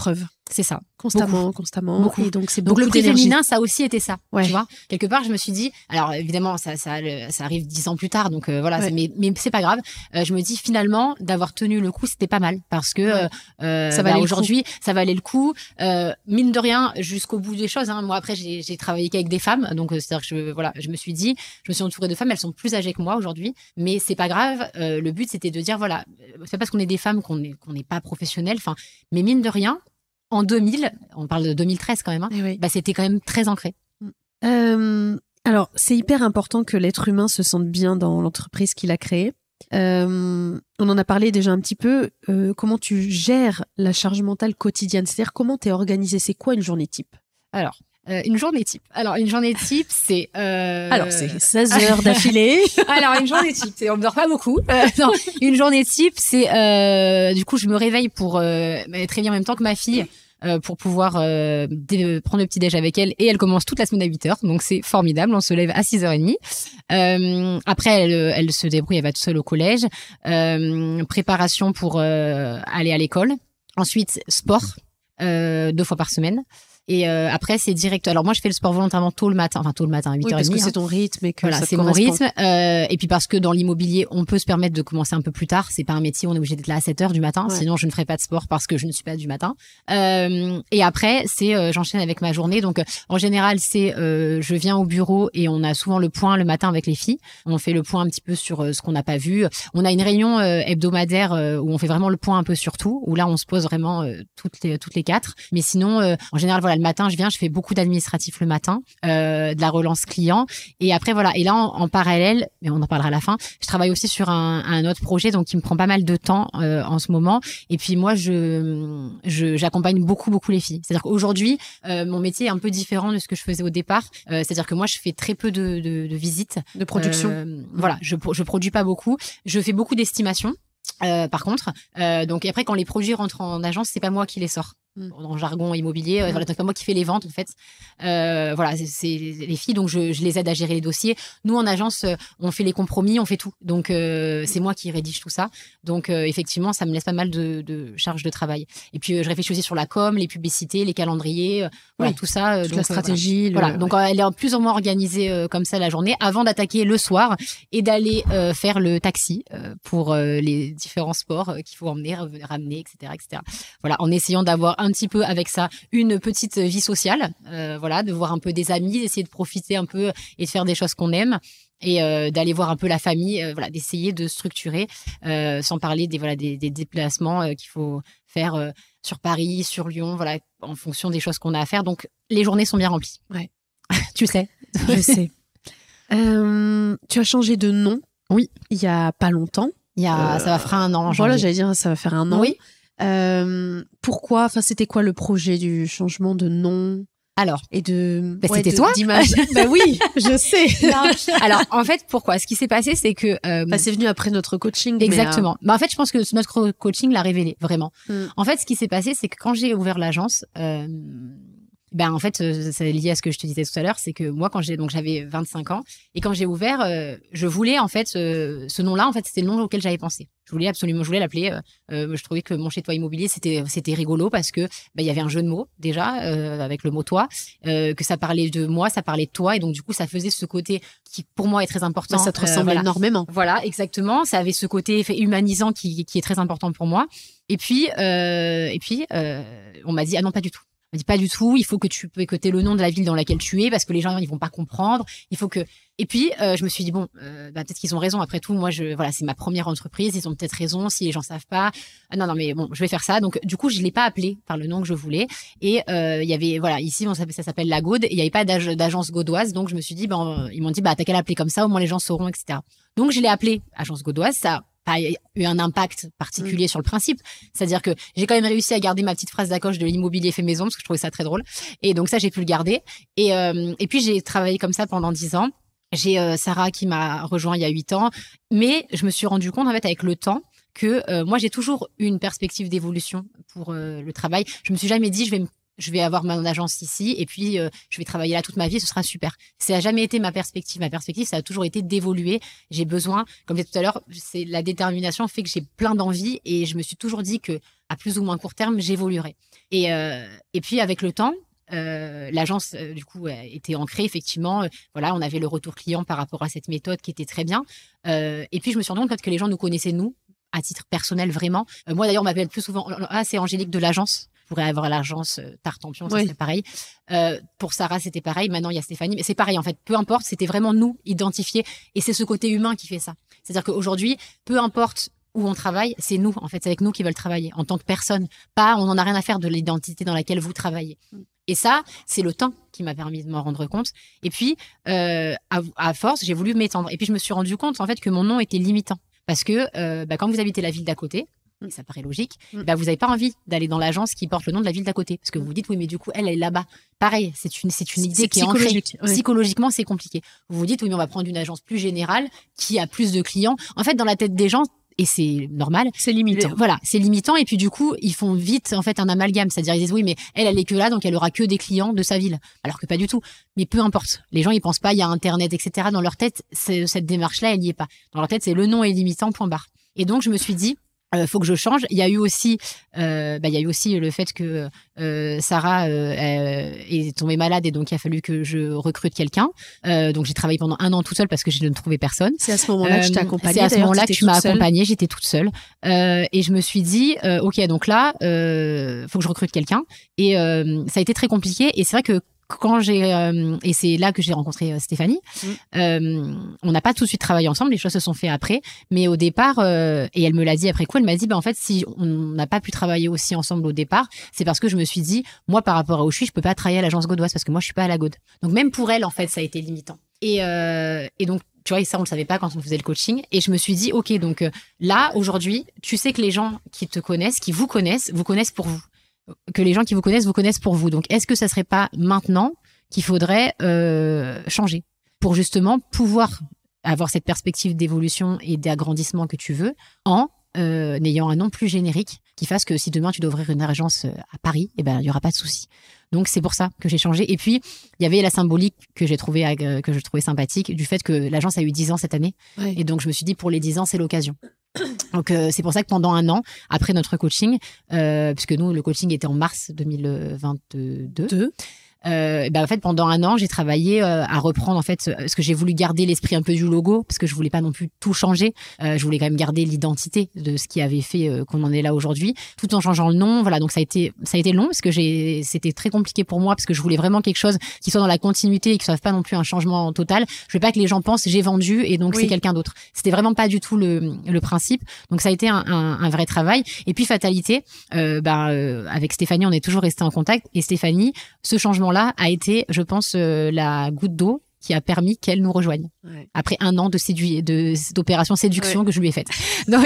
C'est ça. Constamment, beaucoup. constamment. Beaucoup. Et donc, c'est donc beaucoup le prix d'énergie. féminin, ça a aussi été ça. Ouais. Tu vois, quelque part, je me suis dit, alors évidemment, ça, ça, ça arrive dix ans plus tard, donc euh, voilà, Ouais. c'est, mais, mais c'est pas grave. Euh, je me dis finalement, d'avoir tenu le coup, c'était pas mal parce que Ouais. euh, Ça bah, valait le aujourd'hui, ça valait le coup. Euh, mine de rien, jusqu'au bout des choses. Hein, moi, après, j'ai, j'ai travaillé qu'avec des femmes, donc euh, c'est-à-dire que je, voilà, je me suis dit, je me suis entourée de femmes, elles sont plus âgées que moi aujourd'hui, mais c'est pas grave. Euh, le but, c'était de dire, voilà, c'est pas parce qu'on est des femmes qu'on est qu'on n'est pas professionnelles. Enfin, mais mine de rien. En deux mille, on parle de deux mille treize quand même, hein, Oui. bah c'était quand même très ancré. Euh, alors, c'est hyper important que l'être humain se sente bien dans l'entreprise qu'il a créée. Euh, on en a parlé déjà un petit peu. Euh, comment tu gères la charge mentale quotidienne? C'est-à-dire, comment t'es organisé? C'est quoi une journée type? Alors, euh, une journée type. Alors, une journée type, c'est... Euh... Alors, c'est seize heures d'affilée. Alors, une journée type, c'est, on ne dort pas beaucoup. Euh, non, une journée type, c'est... Euh, du coup, je me réveille pour euh, être réveillée en même temps que ma fille. Euh, pour pouvoir euh, dé- prendre le petit déj avec elle, et elle commence toute la semaine à huit heures, donc c'est formidable, on se lève à six heures trente. Euh, après elle, elle se débrouille, elle va toute seule au collège, euh, préparation pour euh, aller à l'école, ensuite sport euh, deux fois par semaine. Et euh, après, c'est direct. Alors moi, je fais le sport volontairement tôt le matin, enfin tôt le matin, à huit heures trente. Oui, parce que hein. c'est ton rythme et que Voilà, ça te c'est mon correspond. rythme. Euh, et puis parce que dans l'immobilier, on peut se permettre de commencer un peu plus tard. C'est pas un métier, on est obligé d'être là à sept heures du matin. Ouais. Sinon, je ne ferai pas de sport parce que je ne suis pas du matin. Euh, et après, c'est euh, j'enchaîne avec ma journée. Donc, euh, en général, c'est euh, je viens au bureau et on a souvent le point le matin avec les filles. On fait le point un petit peu sur euh, ce qu'on n'a pas vu. On a une réunion euh, hebdomadaire euh, où on fait vraiment le point un peu sur tout. Où là, on se pose vraiment euh, toutes les toutes les quatre. Mais sinon, euh, en général, voilà, le matin, je viens, je fais beaucoup d'administratif le matin, euh, de la relance client. Et après, voilà. Et là, en, en parallèle, mais on en parlera à la fin, je travaille aussi sur un, un autre projet, donc qui me prend pas mal de temps euh, en ce moment. Et puis moi, je, je j'accompagne beaucoup, beaucoup les filles. C'est-à-dire qu'aujourd'hui, euh, mon métier est un peu différent de ce que je faisais au départ. Euh, c'est-à-dire que moi, je fais très peu de, de, de visites. De production. Euh, voilà, je, je produis pas beaucoup. Je fais beaucoup d'estimations. Euh, par contre, euh, donc après quand les produits rentrent en agence, c'est pas moi qui les sors. Mm. En jargon immobilier, euh, voilà, c'est pas moi qui fais les ventes en fait. Euh, voilà, c'est, c'est les filles, donc je, je les aide à gérer les dossiers. Nous en agence, euh, on fait les compromis, on fait tout. Donc euh, c'est moi qui rédige tout ça. Donc euh, effectivement, ça me laisse pas mal de, de charges de travail. Et puis euh, je réfléchis aussi sur la com, les publicités, les calendriers, euh, voilà Oui, tout ça. euh, toute donc, la euh, stratégie. Voilà, le- donc euh, elle est plus ou moins organisée euh, comme ça la journée, avant d'attaquer le soir et d'aller euh, faire le taxi euh, pour euh, les différents sports euh, qu'il faut emmener, revenir, ramener, et cetera, et cetera. Voilà, en essayant d'avoir un petit peu avec ça une petite vie sociale, euh, voilà, de voir un peu des amis, d'essayer de profiter un peu et de faire des choses qu'on aime. Et euh, d'aller voir un peu la famille, euh, voilà, d'essayer de structurer, euh, sans parler des voilà des, des déplacements euh, qu'il faut faire euh, sur Paris, sur Lyon, voilà, en fonction des choses qu'on a à faire. Donc les journées sont bien remplies. Ouais. Tu sais. Je sais. Euh, tu as changé de nom. Oui. Il y a pas longtemps. Il y a, Euh, ça va faire un an. en Voilà, janvier. j'allais dire, ça va faire un an. Oui. Euh, pourquoi? Enfin, c'était quoi le projet du changement de nom Alors. et de Bah, c'était de- toi. d'image? Bah oui, je sais. Non. Alors en fait, pourquoi? Ce qui s'est passé, c'est que euh, Enfin, c'est venu après notre coaching. mais, exactement. Bah, en fait, je pense que notre coaching l'a révélé vraiment. Mm. En fait, ce qui s'est passé, c'est que quand j'ai ouvert l'agence. Euh, Ben en fait, euh, c'est lié à ce que je te disais tout à l'heure, c'est que moi quand j'ai donc j'avais vingt-cinq ans et quand j'ai ouvert, euh, je voulais en fait euh, ce nom-là, en fait c'était le nom auquel j'avais pensé. Je voulais absolument, je voulais l'appeler. Euh, euh, je trouvais que mon chez toi immobilier c'était c'était rigolo parce que ben il y avait un jeu de mots déjà euh, avec le mot toi, euh, que ça parlait de moi, ça parlait de toi et donc du coup ça faisait ce côté qui pour moi est très important. Bah, ça te Euh, ressemble voilà. énormément. Voilà, exactement. Ça avait ce côté fait humanisant qui, qui est très important pour moi. Et puis, euh, et puis, euh, on m'a dit ah non pas du tout. On m'a dit pas du tout. Il faut que tu que t'aies le nom de la ville dans laquelle tu es parce que les gens ils vont pas comprendre. Il faut que. Et puis euh, je me suis dit bon, euh, bah, peut-être qu'ils ont raison. Après tout, moi je voilà c'est ma première entreprise. Ils ont peut-être raison si les gens savent pas. Ah, non non mais bon je vais faire ça. Donc du coup je l'ai pas appelé par le nom que je voulais. Et euh, il y avait voilà ici on s'appelle- ça s'appelle la Gaude. Et il y avait pas d'ag- d'agence gaudoise. Donc je me suis dit ben ils m'ont dit bah t'as qu'à l'appeler comme ça au moins les gens sauront et cetera. Donc je l'ai appelé agence gaudoise. Ça pas eu un impact particulier sur le principe. C'est-à-dire que j'ai quand même réussi à garder ma petite phrase d'accroche de l'immobilier fait maison parce que je trouvais ça très drôle. Et donc ça, j'ai pu le garder. Et, euh, et puis, j'ai travaillé comme ça pendant dix ans. J'ai euh, Sarah qui m'a rejoint il y a huit ans. Mais je me suis rendu compte, en fait, avec le temps, que euh, moi, j'ai toujours eu une perspective d'évolution pour euh, le travail. Je me suis jamais dit, je vais me je vais avoir mon agence ici et puis euh, je vais travailler là toute ma vie et ce sera super. Ça n'a jamais été ma perspective. Ma perspective, ça a toujours été d'évoluer. J'ai besoin, comme je disais tout à l'heure, c'est la détermination fait que j'ai plein d'envie et je me suis toujours dit que à plus ou moins court terme, j'évoluerai. Et, euh, et puis avec le temps, Euh, l'agence euh, du coup euh, était ancrée effectivement. Euh, voilà, on avait le retour client par rapport à cette méthode qui était très bien. Euh, et puis je me suis rendu compte que les gens nous connaissaient nous à titre personnel vraiment. Euh, moi d'ailleurs on m'appelle plus souvent ah c'est Angélique de l'agence. Je pourrais avoir l'agence euh, Tartampion, ça oui. serait pareil. Euh, pour Sarah c'était pareil. Maintenant il y a Stéphanie, mais c'est pareil en fait. Peu importe, c'était vraiment nous identifiés et c'est ce côté humain qui fait ça. C'est-à-dire qu'aujourd'hui, peu importe où on travaille, c'est nous en fait, c'est avec nous qu'ils veulent travailler en tant que personne. Pas, on n'en a rien à faire de l'identité dans laquelle vous travaillez. Et ça, c'est le temps qui m'a permis de m'en rendre compte. Et puis, euh, à, à force, j'ai voulu m'étendre. Et puis, je me suis rendu compte, en fait, que mon nom était limitant. Parce que euh, bah, quand vous habitez la ville d'à côté, et ça paraît logique, mm. bah, vous n'avez pas envie d'aller dans l'agence qui porte le nom de la ville d'à côté. Parce que vous vous dites, oui, mais du coup, elle, elle est là-bas. Pareil, c'est une, c'est une idée c'est qui est ancrée. Ouais. Psychologiquement, c'est compliqué. Vous vous dites, oui, mais on va prendre une agence plus générale qui a plus de clients. En fait, dans la tête des gens, et c'est normal. C'est limitant. Le, voilà, c'est limitant. Et puis du coup, ils font vite en fait un amalgame. C'est-à-dire ils disent oui, mais elle, elle est que là, donc elle aura que des clients de sa ville. Alors que pas du tout. Mais peu importe. Les gens, ils pensent pas, il y a Internet, et cetera. Dans leur tête, c'est, cette démarche-là, elle n'y est pas. Dans leur tête, c'est le nom est limitant, point barre. Et donc je me suis dit, euh, faut que je change. Il y a eu aussi, euh, bah, il y a eu aussi le fait que euh, Sarah euh, est tombée malade et donc il a fallu que je recrute quelqu'un. Euh, donc j'ai travaillé pendant un an toute seule parce que je ne trouvais personne. C'est à ce moment-là euh, que je t'ai accompagnée. C'est à ce moment-là que tu m'as accompagnée. J'étais toute seule euh, et je me suis dit, euh, ok, donc là, euh, faut que je recrute quelqu'un. Et euh, ça a été très compliqué. Et c'est vrai que quand j'ai euh, et c'est là que j'ai rencontré euh, Stéphanie, mmh. euh, on n'a pas tout de suite travaillé ensemble, les choses se sont fait après, mais au départ euh, et elle me l'a dit après coup, elle m'a dit bah en fait si on n'a pas pu travailler aussi ensemble au départ, c'est parce que je me suis dit moi par rapport à où je suis, je peux pas travailler à l'agence Gaudoise parce que moi je suis pas à la Gaude. Donc même pour elle en fait ça a été limitant. Et euh, et donc tu vois, et ça on le savait pas quand on faisait le coaching et je me suis dit OK, donc euh, là aujourd'hui, tu sais que les gens qui te connaissent, qui vous connaissent, vous connaissent pour vous. Que les gens qui vous connaissent vous connaissent pour vous. Donc, est-ce que ça serait pas maintenant qu'il faudrait euh, changer pour justement pouvoir avoir cette perspective d'évolution et d'agrandissement que tu veux en euh, n'ayant un nom plus générique qui fasse que si demain tu dois ouvrir une agence à Paris, eh ben il y aura pas de souci. Donc c'est pour ça que j'ai changé. Et puis il y avait la symbolique que j'ai trouvé euh, que je trouvais sympathique du fait que l'agence a eu dix ans cette année. Ouais. Et donc je me suis dit pour les dix ans c'est l'occasion. Donc euh, c'est pour ça que pendant un an après notre coaching, euh, puisque nous le coaching était en mars deux mille vingt-deux. Deux. Euh, ben en fait pendant un an j'ai travaillé euh, à reprendre en fait parce que j'ai voulu garder l'esprit un peu du logo parce que je voulais pas non plus tout changer. Euh, je voulais quand même garder l'identité de ce qui avait fait euh, qu'on en est là aujourd'hui, tout en changeant le nom. Voilà, donc ça a été ça a été long parce que j'ai c'était très compliqué pour moi parce que je voulais vraiment quelque chose qui soit dans la continuité et qui soit pas non plus un changement total. Je veux pas que les gens pensent j'ai vendu et donc oui. c'est quelqu'un d'autre. C'était vraiment pas du tout le le principe. Donc ça a été un, un, un vrai travail. Et puis fatalité, euh, ben euh, avec Stéphanie on est toujours resté en contact et Stéphanie, ce changement là a été, je pense, euh, la goutte d'eau qui a permis qu'elle nous rejoigne. Ouais. Après un an de séduit, de d'opération séduction ouais. que je lui ai faite. Donc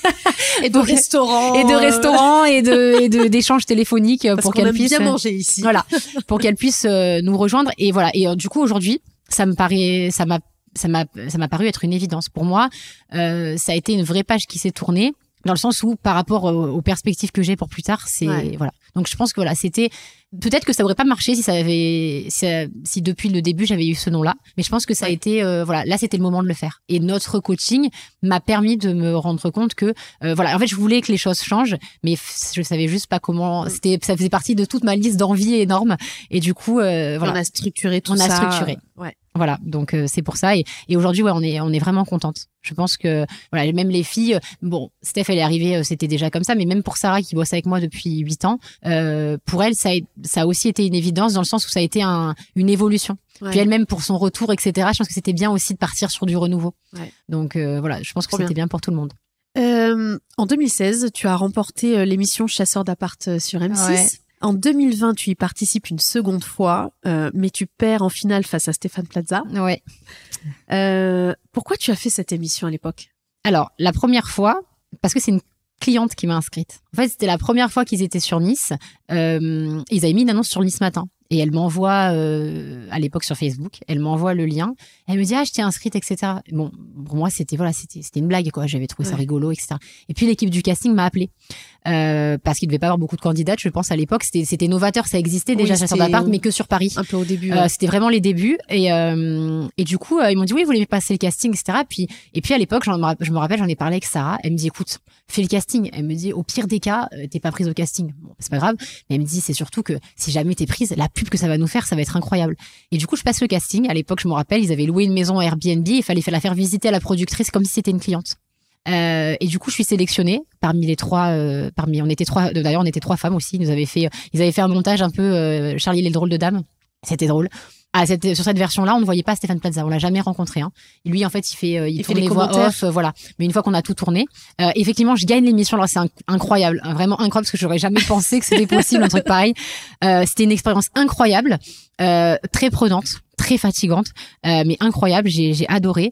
et de restaurants et de restaurants et de et de d'échanges téléphoniques parce pour qu'on qu'elle aime puisse bien manger ici. Voilà, pour qu'elle puisse euh, nous rejoindre et voilà. Et euh, du coup aujourd'hui, ça me paraît, ça m'a ça m'a ça m'a paru être une évidence pour moi. Euh, ça a été une vraie page qui s'est tournée. Dans le sens où, par rapport aux, aux perspectives que j'ai pour plus tard, c'est ouais. voilà. Donc je pense que voilà, c'était peut-être que ça aurait pas marché si ça avait si, si depuis le début j'avais eu ce nom-là, mais je pense que ça ouais. a été euh, voilà, là c'était le moment de le faire. Et notre coaching m'a permis de me rendre compte que euh, voilà, en fait je voulais que les choses changent, mais je savais juste pas comment. C'était ça faisait partie de toute ma liste d'envies énorme et du coup euh, voilà. On a structuré tout on ça. On a structuré. Ouais. Voilà, donc euh, c'est pour ça et, et aujourd'hui ouais on est on est vraiment contente. Je pense que voilà même les filles, bon Steph elle est arrivée, euh, c'était déjà comme ça, mais même pour Sarah qui bosse avec moi depuis huit ans, euh, pour elle ça a, ça a aussi été une évidence dans le sens où ça a été un, une évolution. Ouais. Puis elle-même pour son retour et cetera. Je pense que c'était bien aussi de partir sur du renouveau. Ouais. Donc euh, voilà, je pense que Trop c'était bien. bien pour tout le monde. Euh, en deux mille seize, tu as remporté l'émission Chasseurs d'appart sur M six. Ouais. En deux mille vingt, tu y participes une seconde fois, euh, mais tu perds en finale face à Stéphane Plaza. Ouais. Euh, pourquoi tu as fait cette émission à l'époque ? Alors, la première fois, parce que c'est une cliente qui m'a inscrite. En fait, c'était la première fois qu'ils étaient sur Nice. Euh, ils avaient mis une annonce sur Nice Matin. Et elle m'envoie, euh, à l'époque sur Facebook, elle m'envoie le lien. Elle me dit, ah, je t'ai inscrite, et cetera. Bon, pour moi, c'était, voilà, c'était, c'était une blague, quoi. J'avais trouvé ouais. ça rigolo, et cetera. Et puis, l'équipe du casting m'a appelée. euh, parce qu'il devait pas avoir beaucoup de candidates, je pense à l'époque. C'était, c'était novateur, ça existait déjà, oui, chasseur d'appart, mais que sur Paris. Un peu au début. Euh, ouais. C'était vraiment les débuts et euh, et du coup euh, ils m'ont dit oui, vous voulez passer le casting, et cetera. Puis et puis à l'époque, j'en, je me rappelle, j'en ai parlé avec Sarah. Elle me dit écoute, fais le casting. Elle me dit au pire des cas, euh, t'es pas prise au casting. Bon, c'est pas grave. Mais elle me dit c'est surtout que si jamais t'es prise, la pub que ça va nous faire, ça va être incroyable. Et du coup, je passe le casting. À l'époque, je me rappelle, ils avaient loué une maison Airbnb. Il fallait la faire visiter à la productrice comme si c'était une cliente. Euh, et du coup, je suis sélectionnée parmi les trois. Euh, parmi, on était trois. D'ailleurs, on était trois femmes aussi. Ils nous avaient fait, ils avaient fait un montage un peu euh, Charlie et les drôles de dames. C'était drôle. Ah, cette, sur cette version-là, on ne voyait pas Stéphane Plaza. On l'a jamais rencontré. Hein. Et lui, en fait, il fait, euh, il, il tourne fait les, les voix off, euh, voilà. Mais une fois qu'on a tout tourné, euh, effectivement, je gagne l'émission. Alors c'est un, incroyable, vraiment incroyable, parce que j'aurais jamais pensé que c'était possible un truc pareil. Euh, c'était une expérience incroyable, euh, très prenante, très fatigante, euh, mais incroyable. J'ai, j'ai adoré.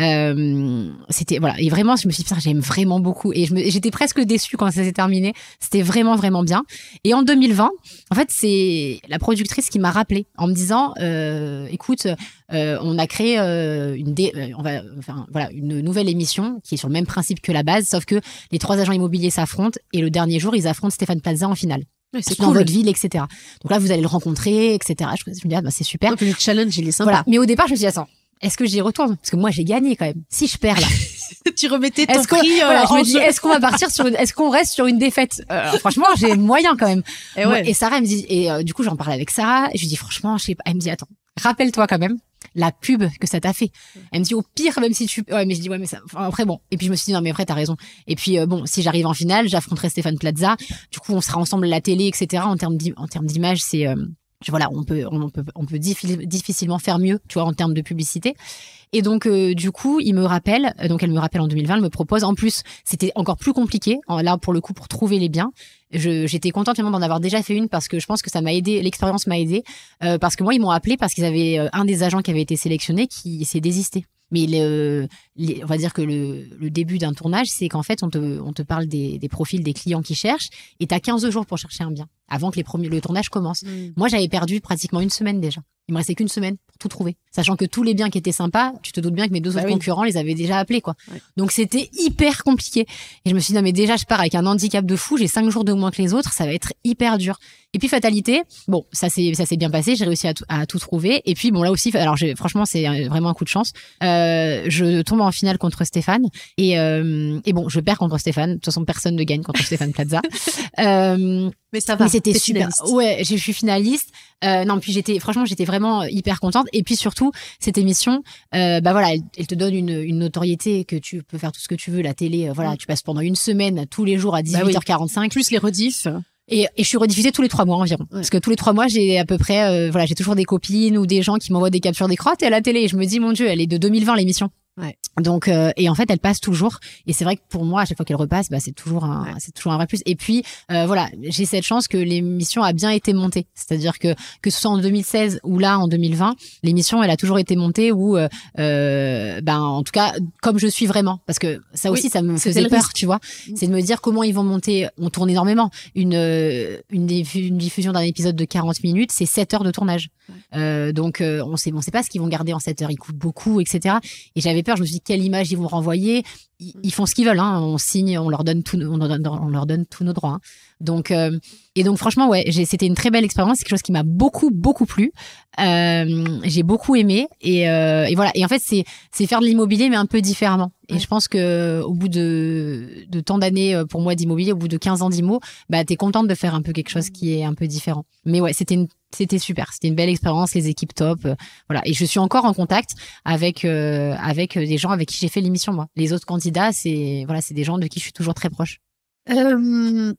Euh, c'était voilà. Et vraiment, je me suis dit, putain, j'aime vraiment beaucoup. Et je me, j'étais presque déçue quand ça s'est terminé. C'était vraiment, vraiment bien. Et en deux mille vingt, en fait, c'est la productrice qui m'a rappelé en me disant. Euh, Euh, écoute, euh, on a créé euh, une, dé- euh, on va, enfin, voilà, une nouvelle émission qui est sur le même principe que la base, sauf que les trois agents immobiliers s'affrontent et le dernier jour, ils affrontent Stéphane Plaza en finale. Ouais, c'est dans cool. votre ville, et cetera. Donc là, vous allez le rencontrer, et cetera. Je, je me dis, ah, bah, c'est super. Donc, le challenge, il est sympa. Voilà. Mais au départ, je me suis dit, attends, est-ce que j'y retourne? Parce que moi, j'ai gagné quand même. Si je perds là. Tu remettais ton est-ce qu'on, prix. Euh, voilà, je me en dis, jeu. est-ce qu'on va partir sur une, est-ce qu'on reste sur une défaite? euh, Franchement, j'ai moyen quand même. Et, Moi, ouais. et Sarah, elle me dit, et euh, du coup, j'en parlais avec Sarah, et je lui dis, franchement, je sais pas. Elle me dit, attends, rappelle-toi quand même la pub que ça t'a fait. Elle me dit, au pire, même si tu, ouais, mais je dis, ouais, mais ça, enfin, après, bon. Et puis, je me suis dit, non, mais après, t'as raison. Et puis, euh, bon, si j'arrive en finale, j'affronterai Stéphane Plaza. Du coup, on sera ensemble à la télé, et cetera. En termes en termes d'image, c'est, euh, voilà, on peut, on peut, on peut difficilement faire mieux, tu vois, en termes de publicité. Et donc, euh, du coup, il me rappelle, donc elle me rappelle en deux mille vingt, elle me propose, en plus, c'était encore plus compliqué, là, pour le coup, pour trouver les biens. Je, j'étais contente vraiment d'en avoir déjà fait une parce que je pense que ça m'a aidé, l'expérience m'a aidé, euh, parce que moi, ils m'ont appelé parce qu'ils avaient euh, un des agents qui avait été sélectionné qui s'est désisté. Mais le, les, on va dire que le, le début d'un tournage, c'est qu'en fait, on te, on te parle des, des profils des clients qui cherchent et t'as quinze jours pour chercher un bien avant que les premiers, le tournage commence. Mmh. Moi, j'avais perdu pratiquement une semaine déjà. Il me restait qu'une semaine pour tout trouver. Sachant que tous les biens qui étaient sympas, tu te doutes bien que mes deux bah autres oui. concurrents les avaient déjà appelés, quoi. Ouais. Donc, c'était hyper compliqué. Et je me suis dit, non, mais déjà, je pars avec un handicap de fou. J'ai cinq jours de moins que les autres. Ça va être hyper dur. Et puis, fatalité. Bon, ça s'est, ça s'est bien passé. J'ai réussi à tout, à tout trouver. Et puis, bon, là aussi, alors, j'ai, franchement, c'est vraiment un coup de chance. Euh, je tombe en finale contre Stéphane. Et, euh, et bon, je perds contre Stéphane. De toute façon, personne ne gagne contre Stéphane Plaza. Euh, mais ça va. Mais c'était super. Finaliste. Ouais, je suis finaliste. Euh, non, puis j'étais, franchement, j'étais vraiment hyper contente. Et puis surtout, cette émission, euh, bah voilà, elle, elle te donne une, une notoriété que tu peux faire tout ce que tu veux. La télé, euh, voilà, mmh. tu passes pendant une semaine, tous les jours à dix-huit heures quarante-cinq. Bah oui. Plus les rediffs. Et, et je suis rediffusée tous les trois mois environ. Ouais. Parce que tous les trois mois, j'ai à peu près, euh, voilà, j'ai toujours des copines ou des gens qui m'envoient des captures d'écran. T'es à la télé. Et je me dis, mon Dieu, elle est de deux mille vingt, l'émission. Ouais. Donc euh, et en fait elle passe toujours et c'est vrai que pour moi à chaque fois qu'elle repasse bah c'est toujours un ouais. c'est toujours un vrai plus et puis euh, voilà j'ai cette chance que l'émission a bien été montée, c'est-à-dire que que ce soit en deux mille seize ou là en deux mille vingt l'émission elle a toujours été montée ou euh, euh, ben en tout cas comme je suis vraiment parce que ça aussi oui, ça me faisait peur risque. Tu vois mmh. c'est de me dire comment ils vont monter. On tourne énormément, une euh, une, diffu- une diffusion d'un épisode de quarante minutes c'est sept heures de tournage ouais. euh, donc euh, on sait on sait pas ce qu'ils vont garder en sept heures, ils coupent beaucoup etc et j'avais peur, je me suis dit quelle image ils vont renvoyer. Ils, ils font ce qu'ils veulent, hein. On signe, on leur donne tout, on leur donne, on leur donne tous nos droits. Hein. Donc euh, et donc franchement ouais, j'ai, c'était une très belle expérience, c'est quelque chose qui m'a beaucoup beaucoup plu. Euh, j'ai beaucoup aimé et, euh, et voilà. Et en fait c'est c'est faire de l'immobilier mais un peu différemment. Et ouais. je pense que au bout de de tant d'années pour moi d'immobilier, au bout de quinze ans d'immo, bah t'es contente de faire un peu quelque chose qui est un peu différent. Mais ouais, c'était une C'était super, c'était une belle expérience, les équipes top, euh, voilà. Et je suis encore en contact avec euh, avec des gens avec qui j'ai fait l'émission moi. Les autres candidats, c'est voilà, c'est des gens de qui je suis toujours très proche. Euh...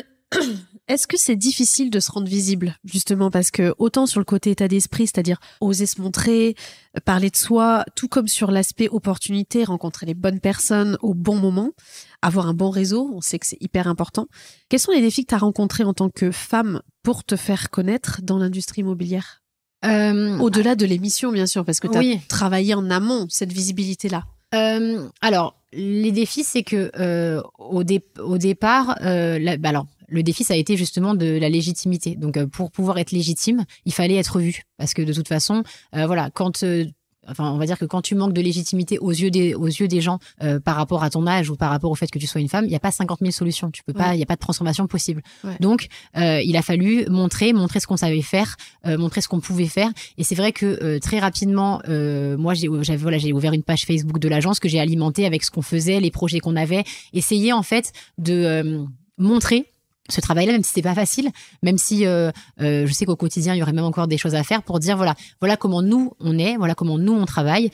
Est-ce que c'est difficile de se rendre visible justement parce que autant sur le côté état d'esprit, c'est-à-dire oser se montrer, parler de soi, tout comme sur l'aspect opportunité, rencontrer les bonnes personnes au bon moment, avoir un bon réseau, on sait que c'est hyper important. Quels sont les défis que tu as rencontrés en tant que femme pour te faire connaître dans l'industrie immobilière ? euh, Au-delà de l'émission, bien sûr, parce que tu as oui. travaillé en amont, cette visibilité-là. Euh, alors, les défis, c'est que euh, au, dé- au départ, euh, la, bah alors, le défi, ça a été justement de la légitimité. Donc, euh, pour pouvoir être légitime, il fallait être vu. Parce que de toute façon, euh, voilà, quand... Euh, enfin, on va dire que quand tu manques de légitimité aux yeux des, aux yeux des gens euh, par rapport à ton âge ou par rapport au fait que tu sois une femme, il n'y a pas cinquante mille solutions. Tu peux pas, il ouais. y a pas de transformation possible. Ouais. Donc, euh, il a fallu montrer, montrer ce qu'on savait faire, euh, montrer ce qu'on pouvait faire. Et c'est vrai que euh, très rapidement, euh, moi, j'ai, j'avais, voilà, j'ai ouvert une page Facebook de l'agence que j'ai alimentée avec ce qu'on faisait, les projets qu'on avait, essayer en fait de euh, montrer ce travail-là, même si c'est pas facile, même si euh, euh, je sais qu'au quotidien il y aurait même encore des choses à faire pour dire voilà, voilà comment nous on est, voilà comment nous on travaille.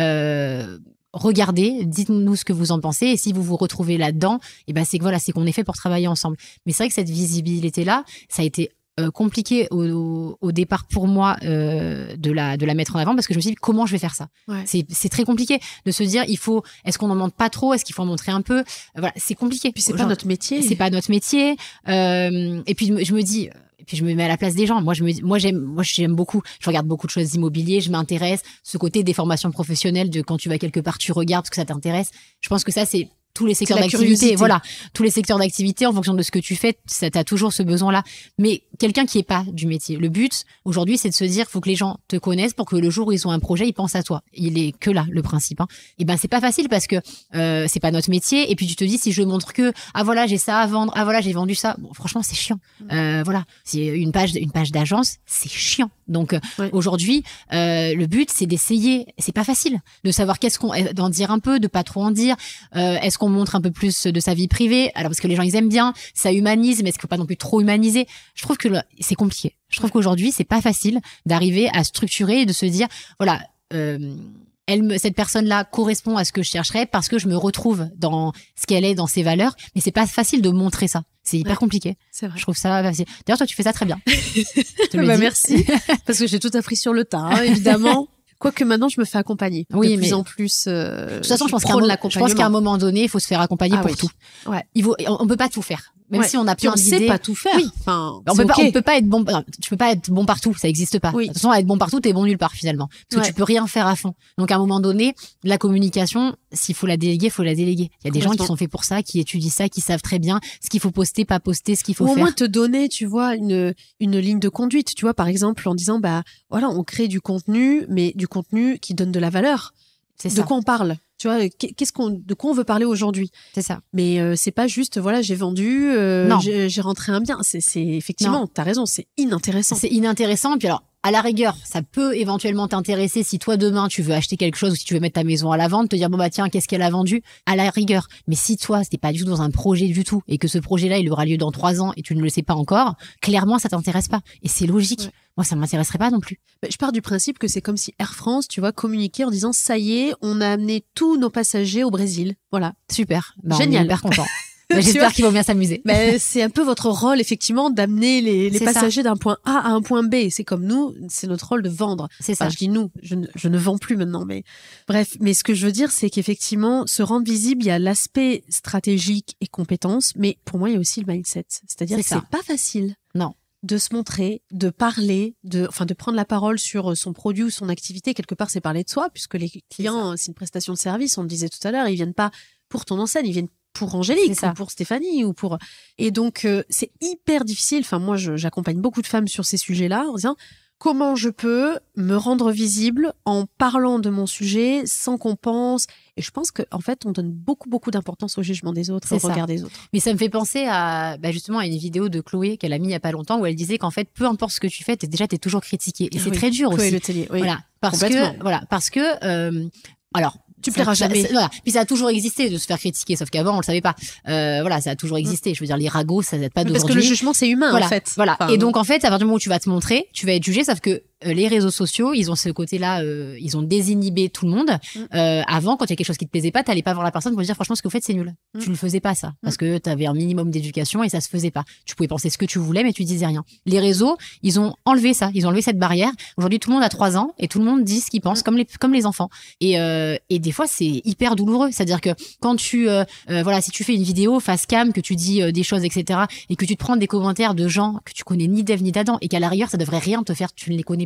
Euh, regardez, dites-nous ce que vous en pensez, et si vous vous retrouvez là-dedans, et ben c'est que voilà, c'est qu'on est fait pour travailler ensemble. Mais c'est vrai que cette visibilité-là, ça a été Euh, compliqué au, au, au départ pour moi euh, de la de la mettre en avant parce que je me suis dit comment je vais faire ça. Ouais. C'est c'est très compliqué de se dire il faut est-ce qu'on en montre pas trop, est-ce qu'il faut en montrer un peu, euh, voilà, c'est compliqué. Puis c'est Genre, pas notre métier. C'est pas notre métier. Euh, et puis je me, je me dis et puis je me mets à la place des gens. Moi je me moi j'aime moi j'aime beaucoup. Je regarde beaucoup de choses immobilier, je m'intéresse, ce côté des formations professionnelles de quand tu vas quelque part tu regardes parce que ça t'intéresse. Je pense que ça c'est tous les secteurs d'activité, voilà, tous les secteurs d'activité en fonction de ce que tu fais, ça t'as toujours ce besoin-là. Mais quelqu'un qui est pas du métier, le but aujourd'hui, c'est de se dire, faut que les gens te connaissent pour que le jour où ils ont un projet, ils pensent à toi. Il est que là le principe. Hein. Et ben c'est pas facile parce que euh, c'est pas notre métier. Et puis tu te dis, si je montre que ah voilà j'ai ça à vendre, ah voilà j'ai vendu ça, bon, franchement c'est chiant. Euh, voilà, c'est une page, une page d'agence, c'est chiant. Donc ouais. aujourd'hui, euh, le but c'est d'essayer. C'est pas facile de savoir qu'est-ce qu'on, d'en dire un peu, de pas trop en dire. Euh, est-ce qu'on montre un peu plus de sa vie privée, alors parce que les gens ils aiment bien, ça humanise, mais est-ce qu'il faut pas non plus trop humaniser? Je trouve que le, c'est compliqué. Je trouve qu'aujourd'hui c'est pas facile d'arriver à structurer et de se dire voilà, euh, elle me, cette personne-là correspond à ce que je chercherais parce que je me retrouve dans ce qu'elle est, dans ses valeurs, mais c'est pas facile de montrer ça. C'est hyper ouais, compliqué. C'est vrai. Je trouve ça facile. D'ailleurs toi tu fais ça très bien. Je te le bah dis. Merci parce que j'ai tout appris sur le tas, hein, évidemment. Quoique maintenant, je me fais accompagner. Oui, de mais plus en plus. Euh, de toute façon, je pense, qu'à un, je pense qu'à un moment donné, il faut se faire accompagner ah, pour oui. tout. Ouais. Il faut, on peut pas tout faire. Même ouais. si on a plein d'idées. On sait pas tout faire. Oui. Enfin, on peut okay. pas, on peut pas être bon, non, tu peux pas être bon partout. Ça existe pas. Oui. De toute façon, être bon partout, t'es bon nulle part, finalement. Parce que ouais. tu peux rien faire à fond. Donc, à un moment donné, la communication, s'il faut la déléguer, faut la déléguer. Il y a des gens qui sont faits pour ça, qui étudient ça, qui savent très bien ce qu'il faut poster, pas poster, ce qu'il faut Ou faire. Au moins te donner, tu vois, une, une ligne de conduite. Tu vois, par exemple, en disant, bah, voilà, on crée du contenu, mais du contenu qui donne de la valeur. C'est ça. De quoi on parle? Tu vois, qu'est-ce qu'on, de quoi on veut parler aujourd'hui? C'est ça. Mais euh, c'est pas juste, voilà, j'ai vendu, euh, non. J'ai, j'ai rentré un bien. C'est, c'est effectivement, non. T'as raison, c'est inintéressant. C'est inintéressant. Puis alors, à la rigueur, ça peut éventuellement t'intéresser si toi demain tu veux acheter quelque chose ou si tu veux mettre ta maison à la vente, te dire bon bah tiens qu'est-ce qu'elle a vendu, à la rigueur. Mais si toi t'es pas du tout dans un projet du tout et que ce projet-là il aura lieu dans trois ans et tu ne le sais pas encore, clairement ça t'intéresse pas et c'est logique. Ouais. Moi ça m'intéresserait pas non plus. Bah, je pars du principe que c'est comme si Air France, tu vois, communiquait en disant ça y est, on a amené tous nos passagers au Brésil. Voilà, super, bah, génial, on est hyper content. Bah, j'espère qu'ils vont bien s'amuser. Mais c'est un peu votre rôle, effectivement, d'amener les, les passagers ça. d'un point A à un point B. C'est comme nous, c'est notre rôle de vendre. C'est enfin, ça. Je dis nous, je ne, je ne vends plus maintenant, mais bref. Mais ce que je veux dire, c'est qu'effectivement, se rendre visible, il y a l'aspect stratégique et compétence, mais pour moi, il y a aussi le mindset. C'est-à-dire c'est que ça. c'est pas facile. Non. De se montrer, de parler, de, enfin, de prendre la parole sur son produit ou son activité. Quelque part, c'est parler de soi, puisque les clients, c'est, c'est une prestation de service. On le disait tout à l'heure, ils viennent pas pour ton enseigne, ils viennent pour Angélique ou pour Stéphanie ou pour et donc euh, c'est hyper difficile. Enfin moi je, j'accompagne beaucoup de femmes sur ces sujets-là en disant comment je peux me rendre visible en parlant de mon sujet sans qu'on pense. Et je pense que en fait on donne beaucoup beaucoup d'importance au jugement des autres, c'est au regard des autres. Mais ça me fait penser à bah justement à une vidéo de Chloé qu'elle a mis il y a pas longtemps où elle disait qu'en fait peu importe ce que tu fais, t'es, déjà t'es toujours critiqué et c'est oui. très dur Chloé aussi. Le Tellier, oui. Voilà parce que voilà parce que euh, alors tu plairas ça, jamais. Ça, voilà. Puis ça a toujours existé de se faire critiquer, sauf qu'avant on le savait pas. Euh, voilà, ça a toujours existé. Je veux dire, les ragots, ça date pas d'aujourd'hui. Parce que le jugement c'est humain voilà. en fait. Voilà. Enfin, et donc en fait, à partir du moment où tu vas te montrer, tu vas être jugé, sauf que euh, les réseaux sociaux, ils ont ce côté-là, euh, ils ont désinhibé tout le monde. Mm. Euh, avant, quand il y a quelque chose qui te plaisait pas, t'allais pas voir la personne pour dire franchement ce que vous faites c'est nul. Mm. Tu ne faisais pas ça parce que t'avais un minimum d'éducation et ça se faisait pas. Tu pouvais penser ce que tu voulais, mais tu disais rien. Les réseaux, ils ont enlevé ça, ils ont enlevé cette barrière. Aujourd'hui, tout le monde a trois ans et tout le monde dit ce qu'il pense, mm. comme les comme les enfants. Et euh, et des fois, c'est hyper douloureux. C'est-à-dire que quand tu euh, euh, voilà, si tu fais une vidéo face cam, que tu dis euh, des choses, et cetera, et que tu te prends des commentaires de gens que tu connais ni d'Ève ni d'Adam, et qu'à la rigueur, ça devrait rien te faire, tu ne les connais pas.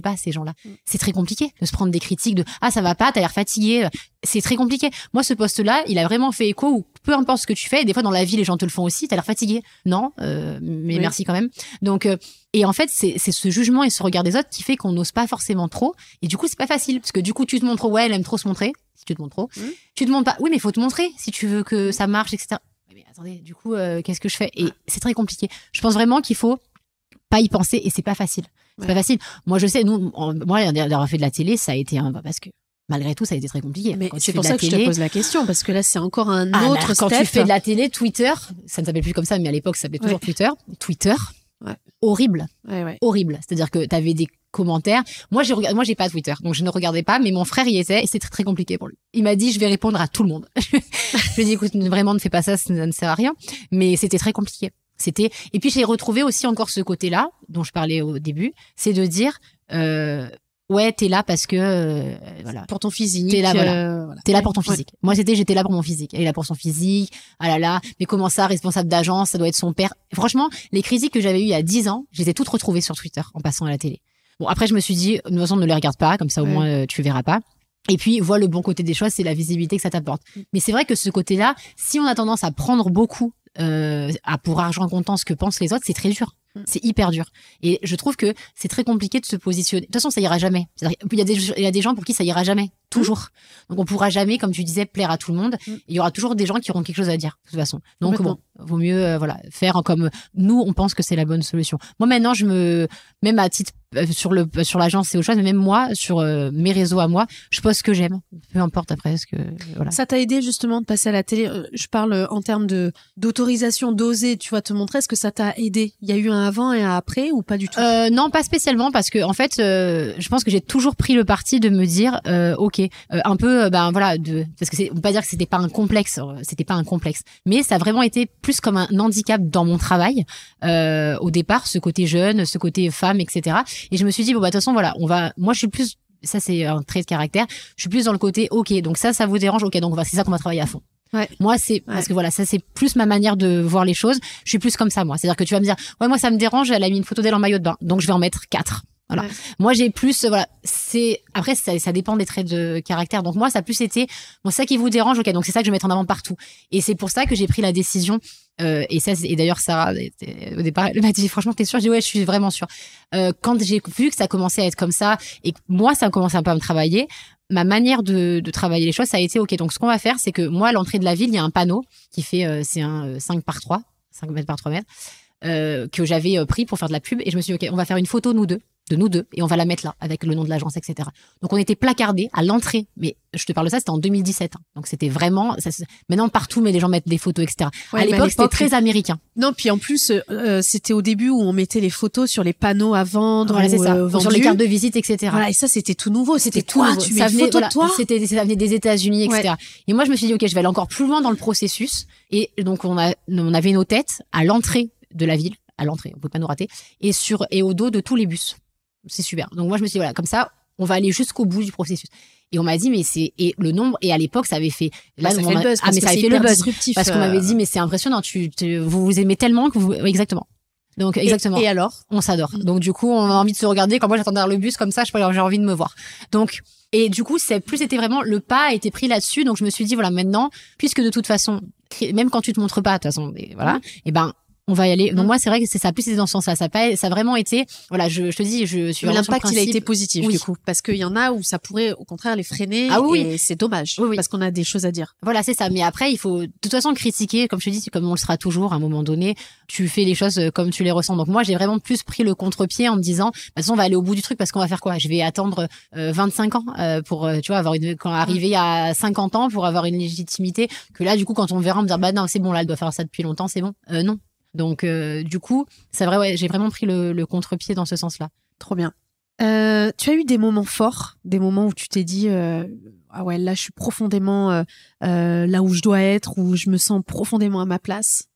pas ces gens-là. Mm. C'est très compliqué de se prendre des critiques de ah ça va pas, t'as l'air fatigué. C'est très compliqué. Moi, ce poste-là, il a vraiment fait écho où peu importe ce que tu fais, et des fois dans la vie les gens te le font aussi. T'as l'air fatigué. Non, euh, mais oui. merci quand même. Donc euh, et en fait c'est c'est ce jugement et ce regard des autres qui fait qu'on n'ose pas forcément trop. Et du coup c'est pas facile parce que du coup tu te montres ouais elle aime trop se montrer. Si tu te montres trop, mm. tu te montres pas. Oui mais il faut te montrer si tu veux que ça marche et cetera. Mais attendez, du coup, euh, qu'est-ce que je fais? Et c'est très compliqué. Je pense vraiment qu'il faut pas y penser et c'est pas facile. C'est ouais. pas facile. Moi, je sais, nous, on, moi, d'avoir fait de la télé, ça a été un, parce que malgré tout, ça a été très compliqué. Mais c'est pour ça que télé, je te pose la question, parce que là, c'est encore un ah, autre step. Quand tu fais de la télé, Twitter, ça ne s'appelle plus comme ça, mais à l'époque, ça s'appelait toujours ouais. Twitter. Twitter, ouais. horrible. Ouais, ouais. Horrible. C'est-à-dire que t'avais des commentaires. Moi, j'ai regardé, moi, j'ai pas Twitter, donc je ne regardais pas, mais mon frère y était et c'était très, très compliqué pour lui. Il m'a dit, je vais répondre à tout le monde. Je lui ai dit, écoute, vraiment, ne fais pas ça, ça ne sert à rien. Mais c'était très compliqué. C'était, et puis j'ai retrouvé aussi encore ce côté-là, dont je parlais au début, c'est de dire, euh, ouais, t'es là parce que, euh, voilà. Pour ton physique. T'es là, voilà. Euh, voilà. T'es là pour ton physique. Ouais. Moi, c'était, j'étais là pour mon physique. Elle est là pour son physique. Ah là là. Mais comment ça, responsable d'agence, ça doit être son père. Franchement, les critiques que j'avais eues il y a dix ans, je les ai toutes retrouvées sur Twitter en passant à la télé. Bon, après, je me suis dit, de toute façon, ne les regarde pas, comme ça, au ouais. moins, euh, tu verras pas. Et puis, vois le bon côté des choses, c'est la visibilité que ça t'apporte. Mais c'est vrai que ce côté-là, si on a tendance à prendre beaucoup, euh, à pour argent comptant ce que pensent les autres, c'est très dur. C'est hyper dur. Et je trouve que c'est très compliqué de se positionner. De toute façon, ça ira jamais. Il y a des, il y a des gens pour qui ça ira jamais. Toujours. Mmh. Donc, on pourra jamais, comme tu disais, plaire à tout le monde. Mmh. Il y aura toujours des gens qui auront quelque chose à dire, de toute façon. Donc, bon, vaut mieux, euh, voilà, faire comme nous, on pense que c'est la bonne solution. Moi, maintenant, je me, même à titre, euh, sur le, sur l'agence, c'est autre chose, mais même moi, sur euh, mes réseaux à moi, je poste ce que j'aime. Peu importe après ce que, voilà. Ça t'a aidé, justement, de passer à la télé. Je parle en termes de, d'autorisation, d'oser, tu vois, te montrer. Est-ce que ça t'a aidé? Il y a eu un avant et un après ou pas du tout? Euh, non, pas spécialement, parce que, en fait, euh, je pense que j'ai toujours pris le parti de me dire, euh, ok, euh, un peu, euh, ben voilà, de, parce que c'est, on peut pas dire que c'était pas un complexe, c'était pas un complexe, mais ça a vraiment été plus comme un handicap dans mon travail, euh, au départ, ce côté jeune, ce côté femme, et cetera. Et je me suis dit, bon, bah, de toute façon, voilà, on va, moi, je suis plus, ça, c'est un trait de caractère, je suis plus dans le côté, ok, donc ça, ça vous dérange, ok, donc on va, c'est ça qu'on va travailler à fond. Ouais. Moi, c'est, ouais. parce que voilà, ça, c'est plus ma manière de voir les choses. Je suis plus comme ça, moi. C'est-à-dire que tu vas me dire, ouais, moi, ça me dérange, elle a mis une photo d'elle en maillot de bain. Donc, je vais en mettre quatre. Voilà. Ouais. Moi, j'ai plus, voilà, c'est, après, ça, ça dépend des traits de caractère. Donc, moi, ça a plus été, bon, ça qui vous dérange, ok, donc c'est ça que je vais mettre en avant partout. Et c'est pour ça que j'ai pris la décision, euh, et ça, et d'ailleurs, Sarah, au départ, elle m'a dit, franchement, t'es sûre? Je dis, ouais, je suis vraiment sûre. Euh, quand j'ai vu que ça commençait à être comme ça, et que moi, ça a commencé un peu à me travailler, ma manière de, de travailler les choses, ça a été, ok, donc ce qu'on va faire, c'est que moi, à l'entrée de la ville, il y a un panneau qui fait, euh, c'est un euh, cinq par trois, cinq mètres par trois mètres, euh, que j'avais euh, pris pour faire de la pub. Et je me suis dit, ok, on va faire une photo, nous deux, de nous deux, et on va la mettre là, avec le nom de l'agence, et cetera. Donc, on était placardés à l'entrée. Mais je te parle de ça, c'était en deux mille dix-sept. Hein. Donc, c'était vraiment, ça, maintenant, partout, mais les gens mettent des photos, et cetera. Ouais, à l'époque, c'était très américain. Non, puis en plus, euh, c'était au début où on mettait les photos sur les panneaux à vendre. Voilà, c'est ça. Euh, sur les cartes de visite, et cetera. Voilà, et ça, c'était tout nouveau. C'était, c'était tout toi, nouveau. Tu mets ça une venait, photo voilà, de toi. C'était, ça venait des États-Unis, et cetera. Ouais. Et moi, je me suis dit, ok, je vais aller encore plus loin dans le processus. Et donc, on a, on avait nos têtes à l'entrée de la ville, à l'entrée, on peut pas nous rater, et sur, et au dos de tous les bus. C'est super. Donc moi je me suis dit, voilà, comme ça on va aller jusqu'au bout du processus. Et on m'a dit mais c'est, et le nombre, et à l'époque ça avait fait là, ça fait le buzz, ah mais ça avait fait le buzz parce qu'on euh... m'avait dit mais c'est impressionnant, tu, tu vous vous aimez tellement que vous, exactement. Donc exactement. Et, et alors on s'adore. Mmh. Donc du coup on a envie de se regarder. Quand moi j'attendais le bus comme ça, je j'ai envie de me voir. Donc et du coup c'est plus, c'était vraiment le pas a été pris là-dessus. Donc je me suis dit voilà, maintenant puisque de toute façon même quand tu te montres pas de toute façon et voilà, mmh. et ben on va y aller. Donc mmh. moi c'est vrai que c'est ça, plus c'est dans ce sens-là. Ça a pas, ça a vraiment été, voilà, je, je te dis, je suis. Mais l'impact il a été positif oui. du coup, parce qu'il y en a où ça pourrait au contraire les freiner. Ah oui. Et c'est dommage, oui, oui. parce qu'on a des choses à dire. Voilà, c'est ça. Mais après il faut de toute façon critiquer, comme je te dis, comme on le sera toujours. À un moment donné, tu fais les choses comme tu les ressens. Donc moi j'ai vraiment plus pris le contre-pied en me disant, bah, de toute façon on va aller au bout du truc parce qu'on va faire quoi? Je vais attendre euh, vingt-cinq ans euh, pour, euh, tu vois, avoir une, quand arriver à cinquante ans pour avoir une légitimité. Que là du coup quand on verra on me dire bah non c'est bon là elle doit faire ça depuis longtemps, c'est bon. Euh, non. Donc, euh, du coup, c'est vrai, ouais, j'ai vraiment pris le, le contre-pied dans ce sens-là. Trop bien. Euh, tu as eu des moments forts, des moments où tu t'es dit euh, ah ouais, là, je suis profondément euh, euh, là où je dois être, où je me sens profondément à ma place.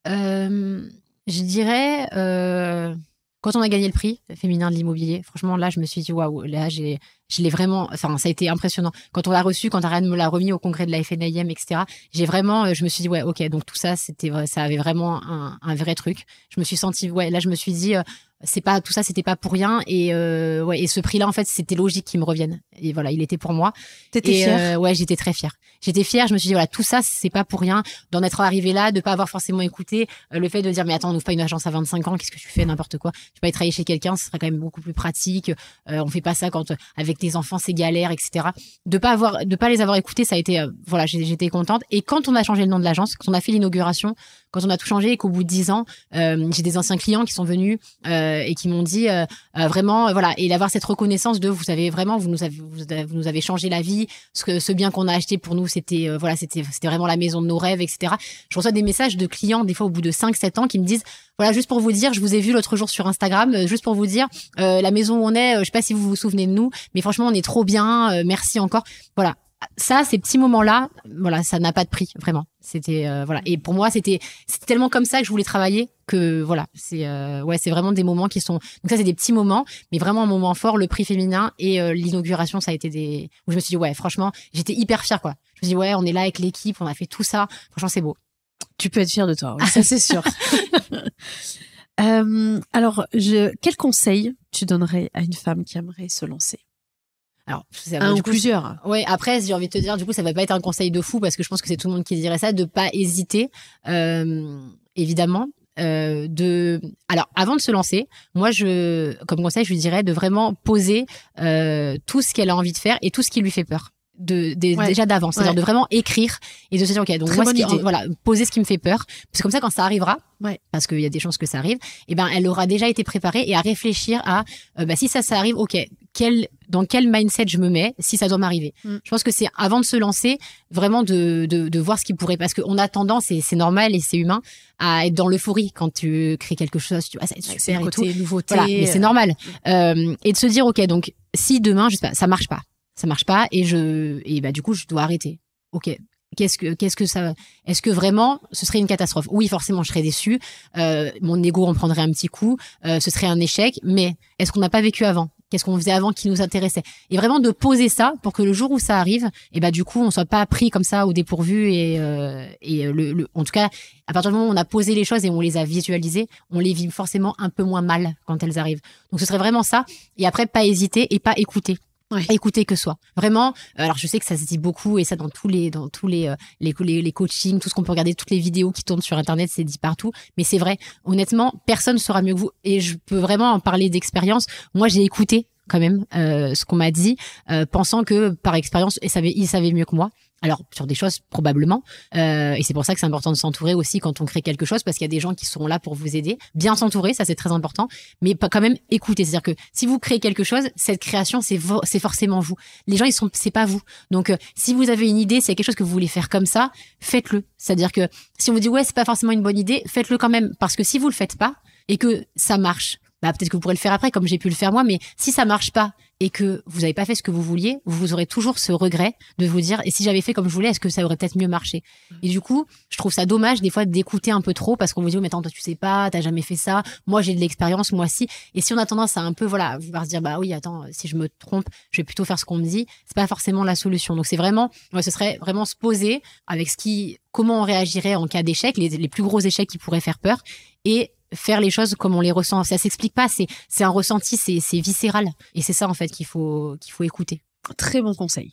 Euh, je dirais euh, quand on a gagné le prix féminin de l'immobilier. Franchement, là, je me suis dit waouh, là, j'ai je l'ai vraiment, enfin, ça a été impressionnant. Quand on l'a reçu, quand Ariane me l'a remis au congrès de la F N I M, et cetera, j'ai vraiment, je me suis dit, ouais, ok, donc tout ça, c'était, ça avait vraiment un, un vrai truc. Je me suis sentie, ouais, là, je me suis dit, euh, c'est pas, tout ça, c'était pas pour rien. Et, euh, ouais, et ce prix-là, en fait, c'était logique qu'il me revienne. Et voilà, il était pour moi. T'étais et, fière? Euh, ouais, j'étais très fière. J'étais fière. Je me suis dit, voilà, tout ça, c'est pas pour rien. D'en être arrivé là, de pas avoir forcément écouté, euh, le fait de dire, mais attends, on n'ouvre pas une agence à vingt-cinq ans, qu'est-ce que tu fais, n'importe quoi. Tu peux pas aller travailler chez quelqu'un, ce serait quand même beaucoup plus pratique. Euh, on fait pas ça quand, avec tes enfants, c'est galère, et cetera. De pas avoir, de pas les avoir écoutés, ça a été, euh, voilà, j'étais contente. Et quand on a changé le nom de l'agence, quand on a fait l'inauguration, quand on a tout changé et qu'au bout de dix ans, euh, j'ai des anciens clients qui sont venus euh, et qui m'ont dit euh, euh, vraiment, euh, voilà, et d'avoir cette reconnaissance de, vous savez vraiment, vous nous avez, vous, vous nous avez changé la vie. Ce que, ce bien qu'on a acheté pour nous, c'était, euh, voilà, c'était, c'était vraiment la maison de nos rêves, et cetera. Je reçois des messages de clients des fois au bout de cinq sept ans qui me disent, voilà, juste pour vous dire, je vous ai vu l'autre jour sur Instagram, euh, juste pour vous dire, euh, la maison où on est, euh, je sais pas si vous vous souvenez de nous, mais franchement, on est trop bien, euh, merci encore. Voilà. Ça, ces petits moments-là, voilà, ça n'a pas de prix, vraiment. C'était, euh, voilà. Et pour moi, c'était, c'était tellement comme ça que je voulais travailler que, voilà, c'est, euh, ouais, c'est vraiment des moments qui sont, donc ça, c'est des petits moments, mais vraiment un moment fort, le prix féminin et euh, l'inauguration, ça a été des, où je me suis dit, ouais, franchement, j'étais hyper fière, quoi. Je me suis dit, ouais, on est là avec l'équipe, on a fait tout ça. Franchement, c'est beau. Tu peux être fière de toi, oui, ça c'est sûr. euh, alors, je, quel conseil tu donnerais à une femme qui aimerait se lancer? Alors, ça, un du ou coup, plusieurs. Ouais, après, j'ai envie de te dire, du coup, ça va pas être un conseil de fou parce que je pense que c'est tout le monde qui dirait ça, de pas hésiter, euh, évidemment. Euh, de, alors, avant de se lancer, moi, je, comme conseil, je lui dirais de vraiment poser euh, tout ce qu'elle a envie de faire et tout ce qui lui fait peur. De, de ouais. Déjà d'avance, c'est-à-dire ouais. de vraiment écrire et de se dire ok, donc Très moi, ce qui, idée. voilà, poser ce qui me fait peur, c'est comme ça quand ça arrivera, ouais. parce qu'il y a des chances que ça arrive, et ben elle aura déjà été préparée et à réfléchir à, euh, bah si ça, ça arrive, ok, quel, dans quel mindset je me mets si ça doit m'arriver. Mm. Je pense que c'est avant de se lancer, vraiment de, de, de voir ce qui pourrait, parce qu'on a tendance, et c'est normal et c'est humain, à être dans l'euphorie quand tu crées quelque chose, tu vois, ça va être super ouais, et tout. Nouveauté, voilà, mais c'est normal. Mm. Euh, et de se dire ok, donc si demain, je sais pas, ça marche pas. Ça marche pas et je et bah du coup je dois arrêter. Ok, qu'est-ce que qu'est-ce que ça est-ce que vraiment ce serait une catastrophe? Oui, forcément je serais déçue, euh, mon ego en prendrait un petit coup, euh, ce serait un échec, mais est-ce qu'on n'a pas vécu avant? Qu'est-ce qu'on faisait avant qui nous intéressait? Et vraiment de poser ça pour que le jour où ça arrive, et bah du coup on soit pas pris comme ça au dépourvu et euh, et le, le en tout cas à partir du moment où on a posé les choses et on les a visualisées, on les vit forcément un peu moins mal quand elles arrivent. Donc ce serait vraiment ça. Et après pas hésiter et pas écouter. Ouais. Écouter que soi. Vraiment. Alors je sais que ça se dit beaucoup et ça dans tous les dans tous les euh, les, les les coachings, tout ce qu'on peut regarder, toutes les vidéos qui tournent sur internet, c'est dit partout. Mais c'est vrai. Honnêtement, personne saura mieux que vous. Et je peux vraiment en parler d'expérience. Moi, j'ai écouté quand même euh, ce qu'on m'a dit, euh, pensant que par expérience, il savait il savait mieux que moi. Alors sur des choses probablement, euh, et c'est pour ça que c'est important de s'entourer aussi quand on crée quelque chose, parce qu'il y a des gens qui seront là pour vous aider. Bien s'entourer, ça c'est très important, mais pas quand même écouter. C'est-à-dire que si vous créez quelque chose, cette création c'est vo- c'est forcément vous. Les gens ils sont c'est pas vous. Donc euh, si vous avez une idée, s'il y a quelque chose que vous voulez faire comme ça, faites-le. C'est-à-dire que si on vous dit ouais c'est pas forcément une bonne idée, faites-le quand même, parce que si vous le faites pas et que ça marche, bah peut-être que vous pourrez le faire après comme j'ai pu le faire moi, mais si ça marche pas et que vous avez pas fait ce que vous vouliez, vous aurez toujours ce regret de vous dire et si j'avais fait comme je voulais, est-ce que ça aurait peut-être mieux marché? Et du coup, je trouve ça dommage des fois d'écouter un peu trop parce qu'on vous dit oh, mais attends, toi tu sais pas, t'as jamais fait ça, moi j'ai de l'expérience, moi si. Et si on a tendance à un peu voilà, vouloir se dire bah oui, attends, si je me trompe, je vais plutôt faire ce qu'on me dit, c'est pas forcément la solution. Donc c'est vraiment ouais, ce serait vraiment se poser avec ce qui comment on réagirait en cas d'échec, les, les plus gros échecs qui pourraient faire peur et faire les choses comme on les ressent. Ça s'explique pas, c'est c'est un ressenti, c'est c'est viscéral et c'est ça en fait qu'il faut qu'il faut écouter. Très bon conseil.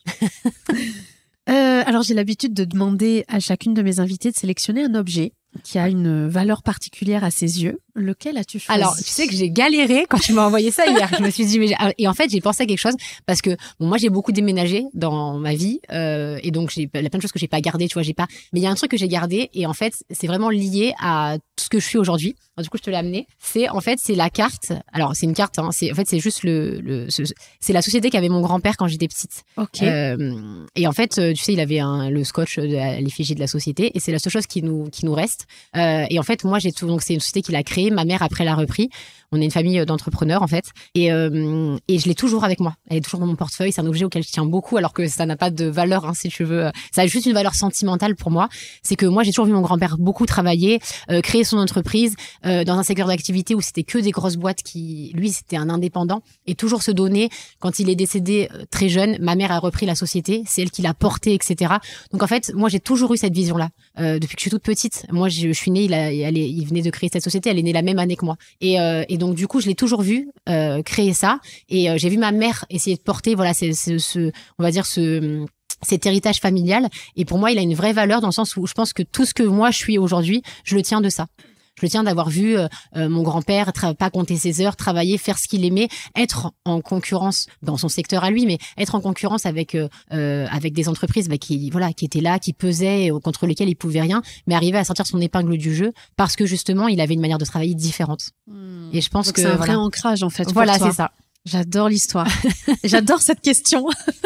euh, alors j'ai l'habitude de demander à chacune de mes invitées de sélectionner un objet qui a une valeur particulière à ses yeux. Lequel as-tu choisi? Alors, tu sais que j'ai galéré quand tu m'as envoyé ça hier. Je me suis dit, mais et en fait, j'ai pensé à quelque chose parce que bon, moi, j'ai beaucoup déménagé dans ma vie euh, et donc j'ai il y a plein de choses que j'ai pas gardées, tu vois, j'ai pas. Mais il y a un truc que j'ai gardé et en fait, c'est vraiment lié à tout ce que je suis aujourd'hui. Alors, du coup, je te l'ai amené. C'est en fait, c'est la carte. Alors, c'est une carte. Hein, c'est en fait, c'est juste le, le ce, c'est la société qu'avait mon grand-père quand j'étais petite. Ok. Euh, et en fait, tu sais, il avait un, le scotch de la, l'effigie de la société et c'est la seule chose qui nous qui nous reste. Euh, et en fait, moi, j'ai tout. Donc, c'est une société qu'il a créée. Ma mère après l'a repris. on est une famille d'entrepreneurs en fait, et euh, et je l'ai toujours avec moi. Elle est toujours dans mon portefeuille. C'est un objet auquel je tiens beaucoup, alors que ça n'a pas de valeur, hein, si tu veux. Ça a juste une valeur sentimentale pour moi. C'est que moi, j'ai toujours vu mon grand-père beaucoup travailler, euh, créer son entreprise euh, dans un secteur d'activité où c'était que des grosses boîtes. Qui, lui, c'était un indépendant et toujours se donner. Quand il est décédé euh, très jeune, ma mère a repris la société. C'est elle qui l'a porté, et cetera. Donc en fait, moi, j'ai toujours eu cette vision-là euh, depuis que je suis toute petite. Moi, je, je suis née. Il, a, elle est, il venait de créer cette société. Elle est née la même année que moi. Et, euh, et donc du coup, je l'ai toujours vu euh, créer ça. Et euh, j'ai vu ma mère essayer de porter, voilà, c'est, c'est, ce, on va dire ce cet héritage familial. Et pour moi, il a une vraie valeur dans le sens où je pense que tout ce que moi je suis aujourd'hui, je le tiens de ça. Je le tiens d'avoir vu euh, mon grand-père tra- pas compter ses heures, travailler, faire ce qu'il aimait, être en concurrence dans son secteur à lui, mais être en concurrence avec euh, euh, avec des entreprises bah, qui voilà qui étaient là, qui pesaient, euh, contre lesquelles il pouvait rien, mais arriver à sortir son épingle du jeu parce que justement il avait une manière de travailler différente. Mmh. Et je pense Donc que c'est un voilà. vrai ancrage en fait. Voilà, pour toi. c'est ça. J'adore l'histoire. J'adore cette question.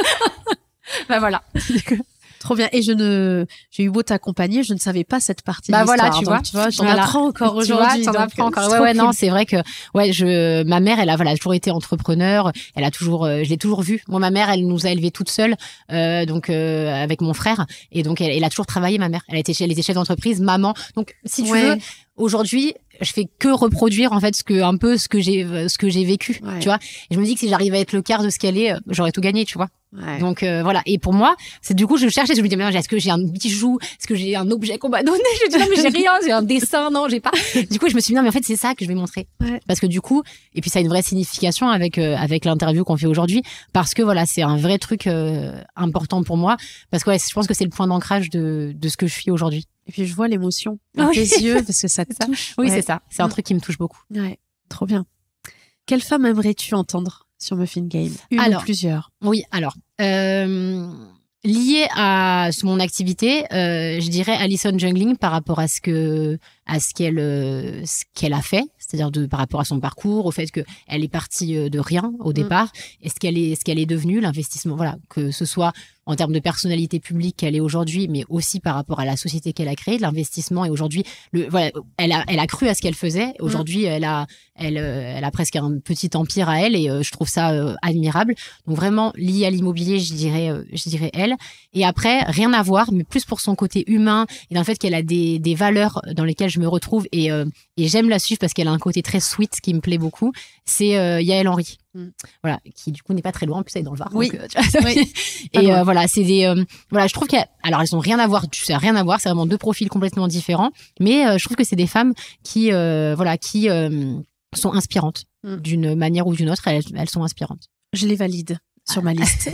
Bah voilà. Trop bien. Et je ne, j'ai eu beau t'accompagner, je ne savais pas cette partie bah de l'histoire. Bah voilà, tu donc, vois. tu vois, j'en voilà. apprends encore aujourd'hui. T'en apprends encore. Ouais, ouais, non, c'est vrai que, ouais, je, ma mère, elle a, voilà, toujours été entrepreneur. Elle a toujours, euh, je l'ai toujours vue. Moi, ma mère, elle nous a élevés toute seule, euh, donc, euh, avec mon frère. Et donc, elle, elle a toujours travaillé, ma mère. Elle a été, elle était chef d'entreprise, maman. Donc, si tu ouais. veux, aujourd'hui, je fais que reproduire en fait ce que un peu ce que j'ai ce que j'ai vécu, ouais. tu vois. Et je me dis que si j'arrive à être le quart de ce qu'elle est, j'aurais tout gagné, tu vois. Ouais. Donc euh, voilà. Et pour moi, c'est du coup je cherchais, je me disais mais est-ce que j'ai un bijou, est-ce que j'ai un objet qu'on m'a donné? Je dis non mais j'ai rien, j'ai un dessin, non j'ai pas. Du coup je me suis dit non mais en fait c'est ça que je vais montrer. Ouais. Parce que du coup et puis ça a une vraie signification avec euh, avec l'interview qu'on fait aujourd'hui parce que voilà c'est un vrai truc euh, important pour moi parce que ouais, je pense que c'est le point d'ancrage de de ce que je suis aujourd'hui. Et puis je vois l'émotion dans oui. tes yeux parce que ça te touche. Oui ouais. c'est ça, c'est un truc qui me touche beaucoup. Ouais, trop bien. Quelle femme aimerais-tu entendre sur Muffin Game? Une alors, ou plusieurs? Oui, alors euh, lié à mon activité, euh, je dirais Alison Jungling par rapport à ce que à ce qu'elle euh, ce qu'elle a fait, c'est-à-dire de par rapport à son parcours, au fait que elle est partie de rien au départ, mmh. et ce qu'elle est ce qu'elle est devenue, l'investissement, voilà, que ce soit en termes de personnalité publique qu'elle est aujourd'hui, mais aussi par rapport à la société qu'elle a créée, l'investissement. Et aujourd'hui, le, voilà, elle a, elle a cru à ce qu'elle faisait. Aujourd'hui, elle a, elle, elle a presque un petit empire à elle, et euh, je trouve ça euh, admirable. Donc vraiment lié à l'immobilier, je dirais, euh, je dirais elle. Et après, rien à voir, mais plus pour son côté humain et dans le fait qu'elle a des, des valeurs dans lesquelles je me retrouve et, euh, et j'aime la suivre parce qu'elle a un côté très sweet qui me plaît beaucoup. C'est euh, Yael Henry. Mm. Voilà, qui du coup n'est pas très loin, en plus elle est dans le Var. Oui. Donc, euh, tu vois, oui. Et euh, voilà, c'est des, euh, voilà, je trouve qu'elles, alors elles ont rien à voir, tu sais, rien à voir, c'est vraiment deux profils complètement différents, mais euh, je trouve que c'est des femmes qui, euh, voilà, qui euh, sont inspirantes mm. d'une manière ou d'une autre. Elles, elles sont inspirantes. Je les valide sur ma liste.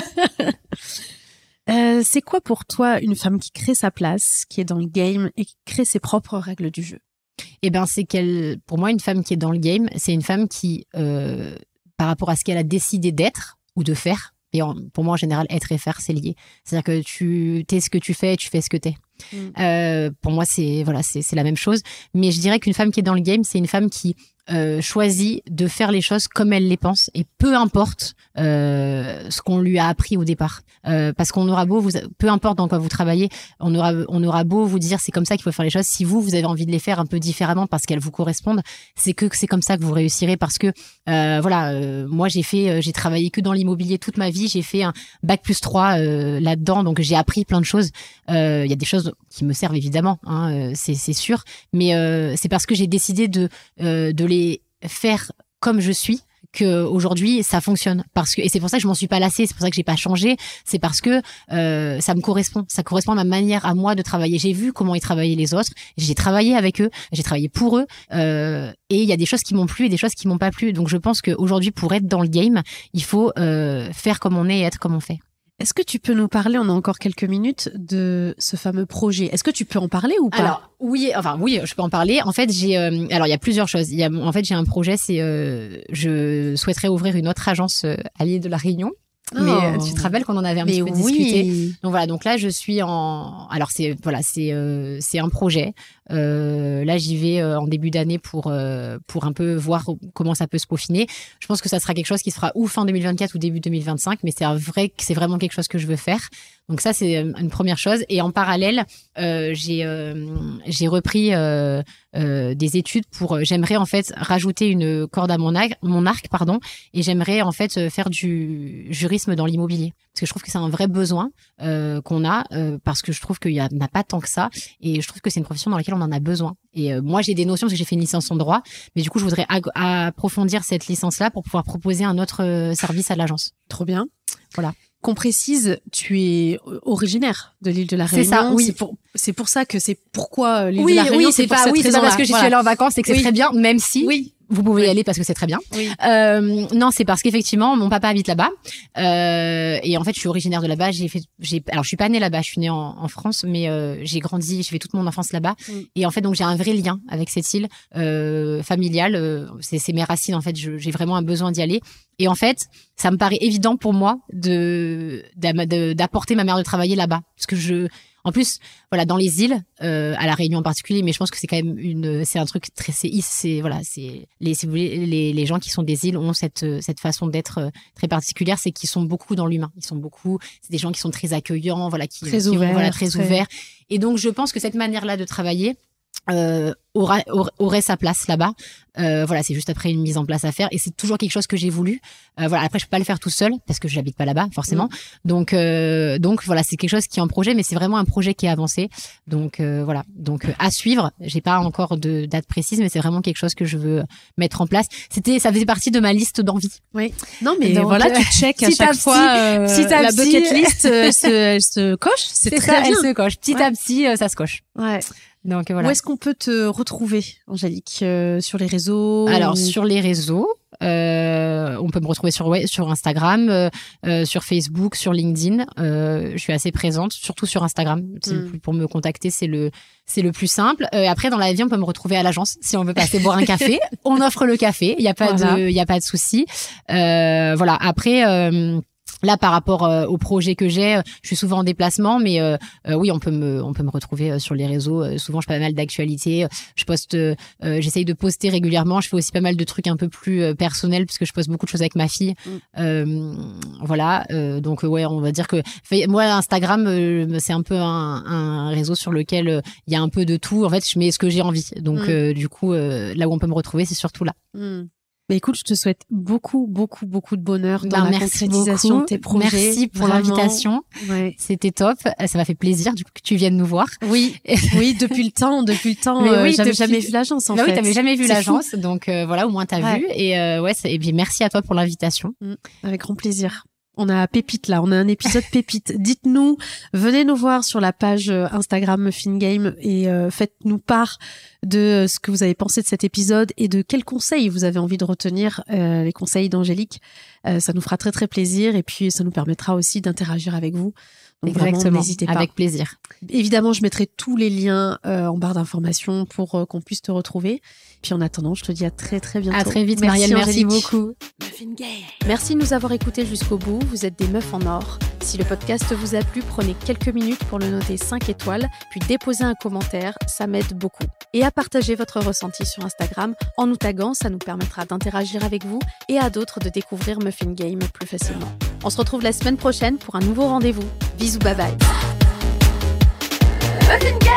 euh, c'est quoi pour toi une femme qui crée sa place, qui est dans le game et qui crée ses propres règles du jeu? Eh ben, c'est qu'elle, pour moi, une femme qui est dans le game, c'est une femme qui, euh, par rapport à ce qu'elle a décidé d'être ou de faire, et en, pour moi en général être et faire c'est lié, c'est-à-dire que tu t'es ce que tu fais, tu fais ce que t'es. Mm. Euh, pour moi c'est voilà c'est c'est la même chose, mais je dirais qu'une femme qui est dans le game, c'est une femme qui euh, choisit de faire les choses comme elle les pense et peu importe euh, ce qu'on lui a appris au départ, euh, parce qu'on aura beau vous peu importe dans quoi vous travaillez, on aura on aura beau vous dire c'est comme ça qu'il faut faire les choses, si vous vous avez envie de les faire un peu différemment parce qu'elles vous correspondent, c'est que c'est comme ça que vous réussirez, parce que euh, voilà euh, moi j'ai fait euh, j'ai travaillé que dans l'immobilier toute ma vie, j'ai fait un bac plus trois euh, là-dedans, donc j'ai appris plein de choses. Il euh, y a des choses qui me servent évidemment, hein, euh, c'est c'est sûr, mais euh, c'est parce que j'ai décidé de euh, de les faire comme je suis que aujourd'hui ça fonctionne, parce que et c'est pour ça que je m'en suis pas lassée, c'est pour ça que j'ai pas changé, c'est parce que euh, ça me correspond, ça correspond à ma manière à moi de travailler. J'ai vu comment ils travaillaient les autres, j'ai travaillé avec eux, j'ai travaillé pour eux, euh, et il y a des choses qui m'ont plu et des choses qui m'ont pas plu. Donc je pense qu'aujourd'hui pour être dans le game, il faut euh, faire comme on est et être comme on fait. Est-ce que tu peux nous parler, on a encore quelques minutes, de ce fameux projet? Est-ce que tu peux en parler ou pas? Alors oui, enfin oui, je peux en parler. En fait, j'ai, euh, alors il y a plusieurs choses. Il y a, en fait, j'ai un projet, c'est, euh, je souhaiterais ouvrir une autre agence euh, à l'île de la Réunion. Oh. Mais euh, tu te rappelles qu'on en avait un Mais petit peu oui. discuté. Donc voilà, donc là je suis en, alors c'est voilà, c'est euh, c'est un projet Euh, là, j'y vais euh, en début d'année pour euh, pour un peu voir comment ça peut se peaufiner. Je pense que ça sera quelque chose qui se fera ou fin deux mille vingt-quatre ou début deux mille vingt-cinq, mais c'est un vrai, c'est vraiment quelque chose que je veux faire. Donc ça, c'est une première chose. Et en parallèle, euh, j'ai euh, j'ai repris euh, euh, des études pour. J'aimerais en fait rajouter une corde à mon arc, mon arc, pardon. Et j'aimerais en fait faire du jurisme dans l'immobilier, parce que je trouve que c'est un vrai besoin euh, qu'on a, euh, parce que je trouve qu'il y a, n'a pas tant que ça, et je trouve que c'est une profession dans laquelle on en a besoin. Et euh, moi, j'ai des notions parce que j'ai fait une licence en droit, mais du coup, je voudrais ag- approfondir cette licence-là pour pouvoir proposer un autre euh, service à l'agence. Trop bien. Voilà. Qu'on précise, tu es originaire de l'île de la Réunion. C'est ça, oui. C'est pour, c'est pour ça que c'est pourquoi l'île oui, de la Réunion. Oui, c'est, c'est pas, oui, c'est pas parce que j'y suis allée en vacances et que oui. c'est très bien, même si. Oui. Vous pouvez y aller parce que c'est très bien. Oui. Euh, non, c'est parce qu'effectivement, mon papa habite là-bas. Euh, et en fait, je suis originaire de là-bas. J'ai fait, j'ai, alors je suis pas née là-bas. Je suis née en, en France, mais euh, j'ai grandi, j'ai fait toute mon enfance là-bas. Mm. Et en fait, donc j'ai un vrai lien avec cette île euh, familiale. Euh, c'est, c'est mes racines. En fait, je, j'ai vraiment un besoin d'y aller. Et en fait, ça me paraît évident pour moi de, de d'apporter ma mère de travailler là-bas, parce que je En plus, voilà, dans les îles, euh, à la Réunion en particulier, mais je pense que c'est quand même une, c'est un truc très, c'est, c'est voilà, c'est les, si vous voulez, les, les gens qui sont des îles ont cette, cette façon d'être très particulière, c'est qu'ils sont beaucoup dans l'humain, ils sont beaucoup, c'est des gens qui sont très accueillants, voilà, qui, très qui ouverts, vont, voilà, très, très ouverts. Et donc, je pense que cette manière-là de travailler euh, aura, aurait sa place là-bas. Euh, voilà, c'est juste après une mise en place à faire, et c'est toujours quelque chose que j'ai voulu. Euh, voilà, après je peux pas le faire tout seul parce que j'habite pas là-bas forcément. Mmh. Donc euh, donc voilà, c'est quelque chose qui est en projet, mais c'est vraiment un projet qui est avancé. Donc euh, voilà, donc euh, à suivre. J'ai pas encore de date précise, mais c'est vraiment quelque chose que je veux mettre en place. C'était, ça faisait partie de ma liste d'envie. Oui. Non mais donc, voilà, tu check à chaque fois euh, la bucket list euh, se, elle se coche. C'est, c'est très ça, bien. Elle se coche. Petit ouais. à petit, euh, ça se coche. Ouais. Donc voilà. Où est-ce qu'on peut te retrouver, Angélique, euh, sur les réseaux? Alors ou... sur les réseaux, euh, on peut me retrouver sur ouais, sur Instagram, euh, euh, sur Facebook, sur LinkedIn. Euh, je suis assez présente, surtout sur Instagram. C'est mm. le, pour me contacter, c'est le c'est le plus simple. Euh, après, dans la vie, on peut me retrouver à l'agence si on veut passer boire un café. On offre le café. Il y a pas voilà. de il y a pas de souci. Euh, voilà. Après. Euh, Là, par rapport euh, au projet que j'ai, euh, je suis souvent en déplacement, mais euh, euh, oui, on peut me, on peut me retrouver euh, sur les réseaux. Euh, souvent, je fais pas mal d'actualités. Je poste, euh, j'essaye de poster régulièrement. Je fais aussi pas mal de trucs un peu plus euh, personnels, parce que je poste beaucoup de choses avec ma fille. Mm. Euh, voilà. Euh, donc ouais, on va dire que moi, Instagram, euh, c'est un peu un, un réseau sur lequel il euh, y a un peu de tout. En fait, je mets ce que j'ai envie. Donc mm. euh, du coup, euh, là où on peut me retrouver, c'est surtout là. Mm. Mais écoute, je te souhaite beaucoup, beaucoup, beaucoup de bonheur dans ben, la concrétisation beaucoup. de tes projets. Merci pour Vraiment. l'invitation. Ouais. C'était top. Ça m'a fait plaisir du coup que tu viennes nous voir. Oui, oui, depuis le temps, depuis le temps, Mais oui, euh, j'avais depuis... jamais vu l'agence en bah fait. Oui, t'avais jamais vu c'est l'agence, fou. donc euh, voilà, au moins t'as ouais. vu. Et euh, ouais, et puis merci à toi pour l'invitation. Mmh, avec grand plaisir. On a Pépite là, on a un épisode Pépite. Dites-nous, venez nous voir sur la page Instagram Muffin Game et euh, faites-nous part de ce que vous avez pensé de cet épisode et de quels conseils vous avez envie de retenir, euh, les conseils d'Angélique. Euh, ça nous fera très très plaisir et puis ça nous permettra aussi d'interagir avec vous. Donc Exactement, vraiment, n'hésitez pas. Avec plaisir. Évidemment, je mettrai tous les liens euh, en barre d'informations pour euh, qu'on puisse te retrouver. Puis en attendant, je te dis à très très bientôt. À très vite, merci, Marielle. Merci Angélique. beaucoup. Merci de nous avoir écoutés jusqu'au bout. Vous êtes des meufs en or. Si le podcast vous a plu, prenez quelques minutes pour le noter cinq étoiles, puis déposez un commentaire. Ça m'aide beaucoup. Et à partager votre ressenti sur Instagram en nous taguant. Ça nous permettra d'interagir avec vous et à d'autres de découvrir Muffin Game plus facilement. On se retrouve la semaine prochaine pour un nouveau rendez-vous. Bisous, bye bye. Muffin Game.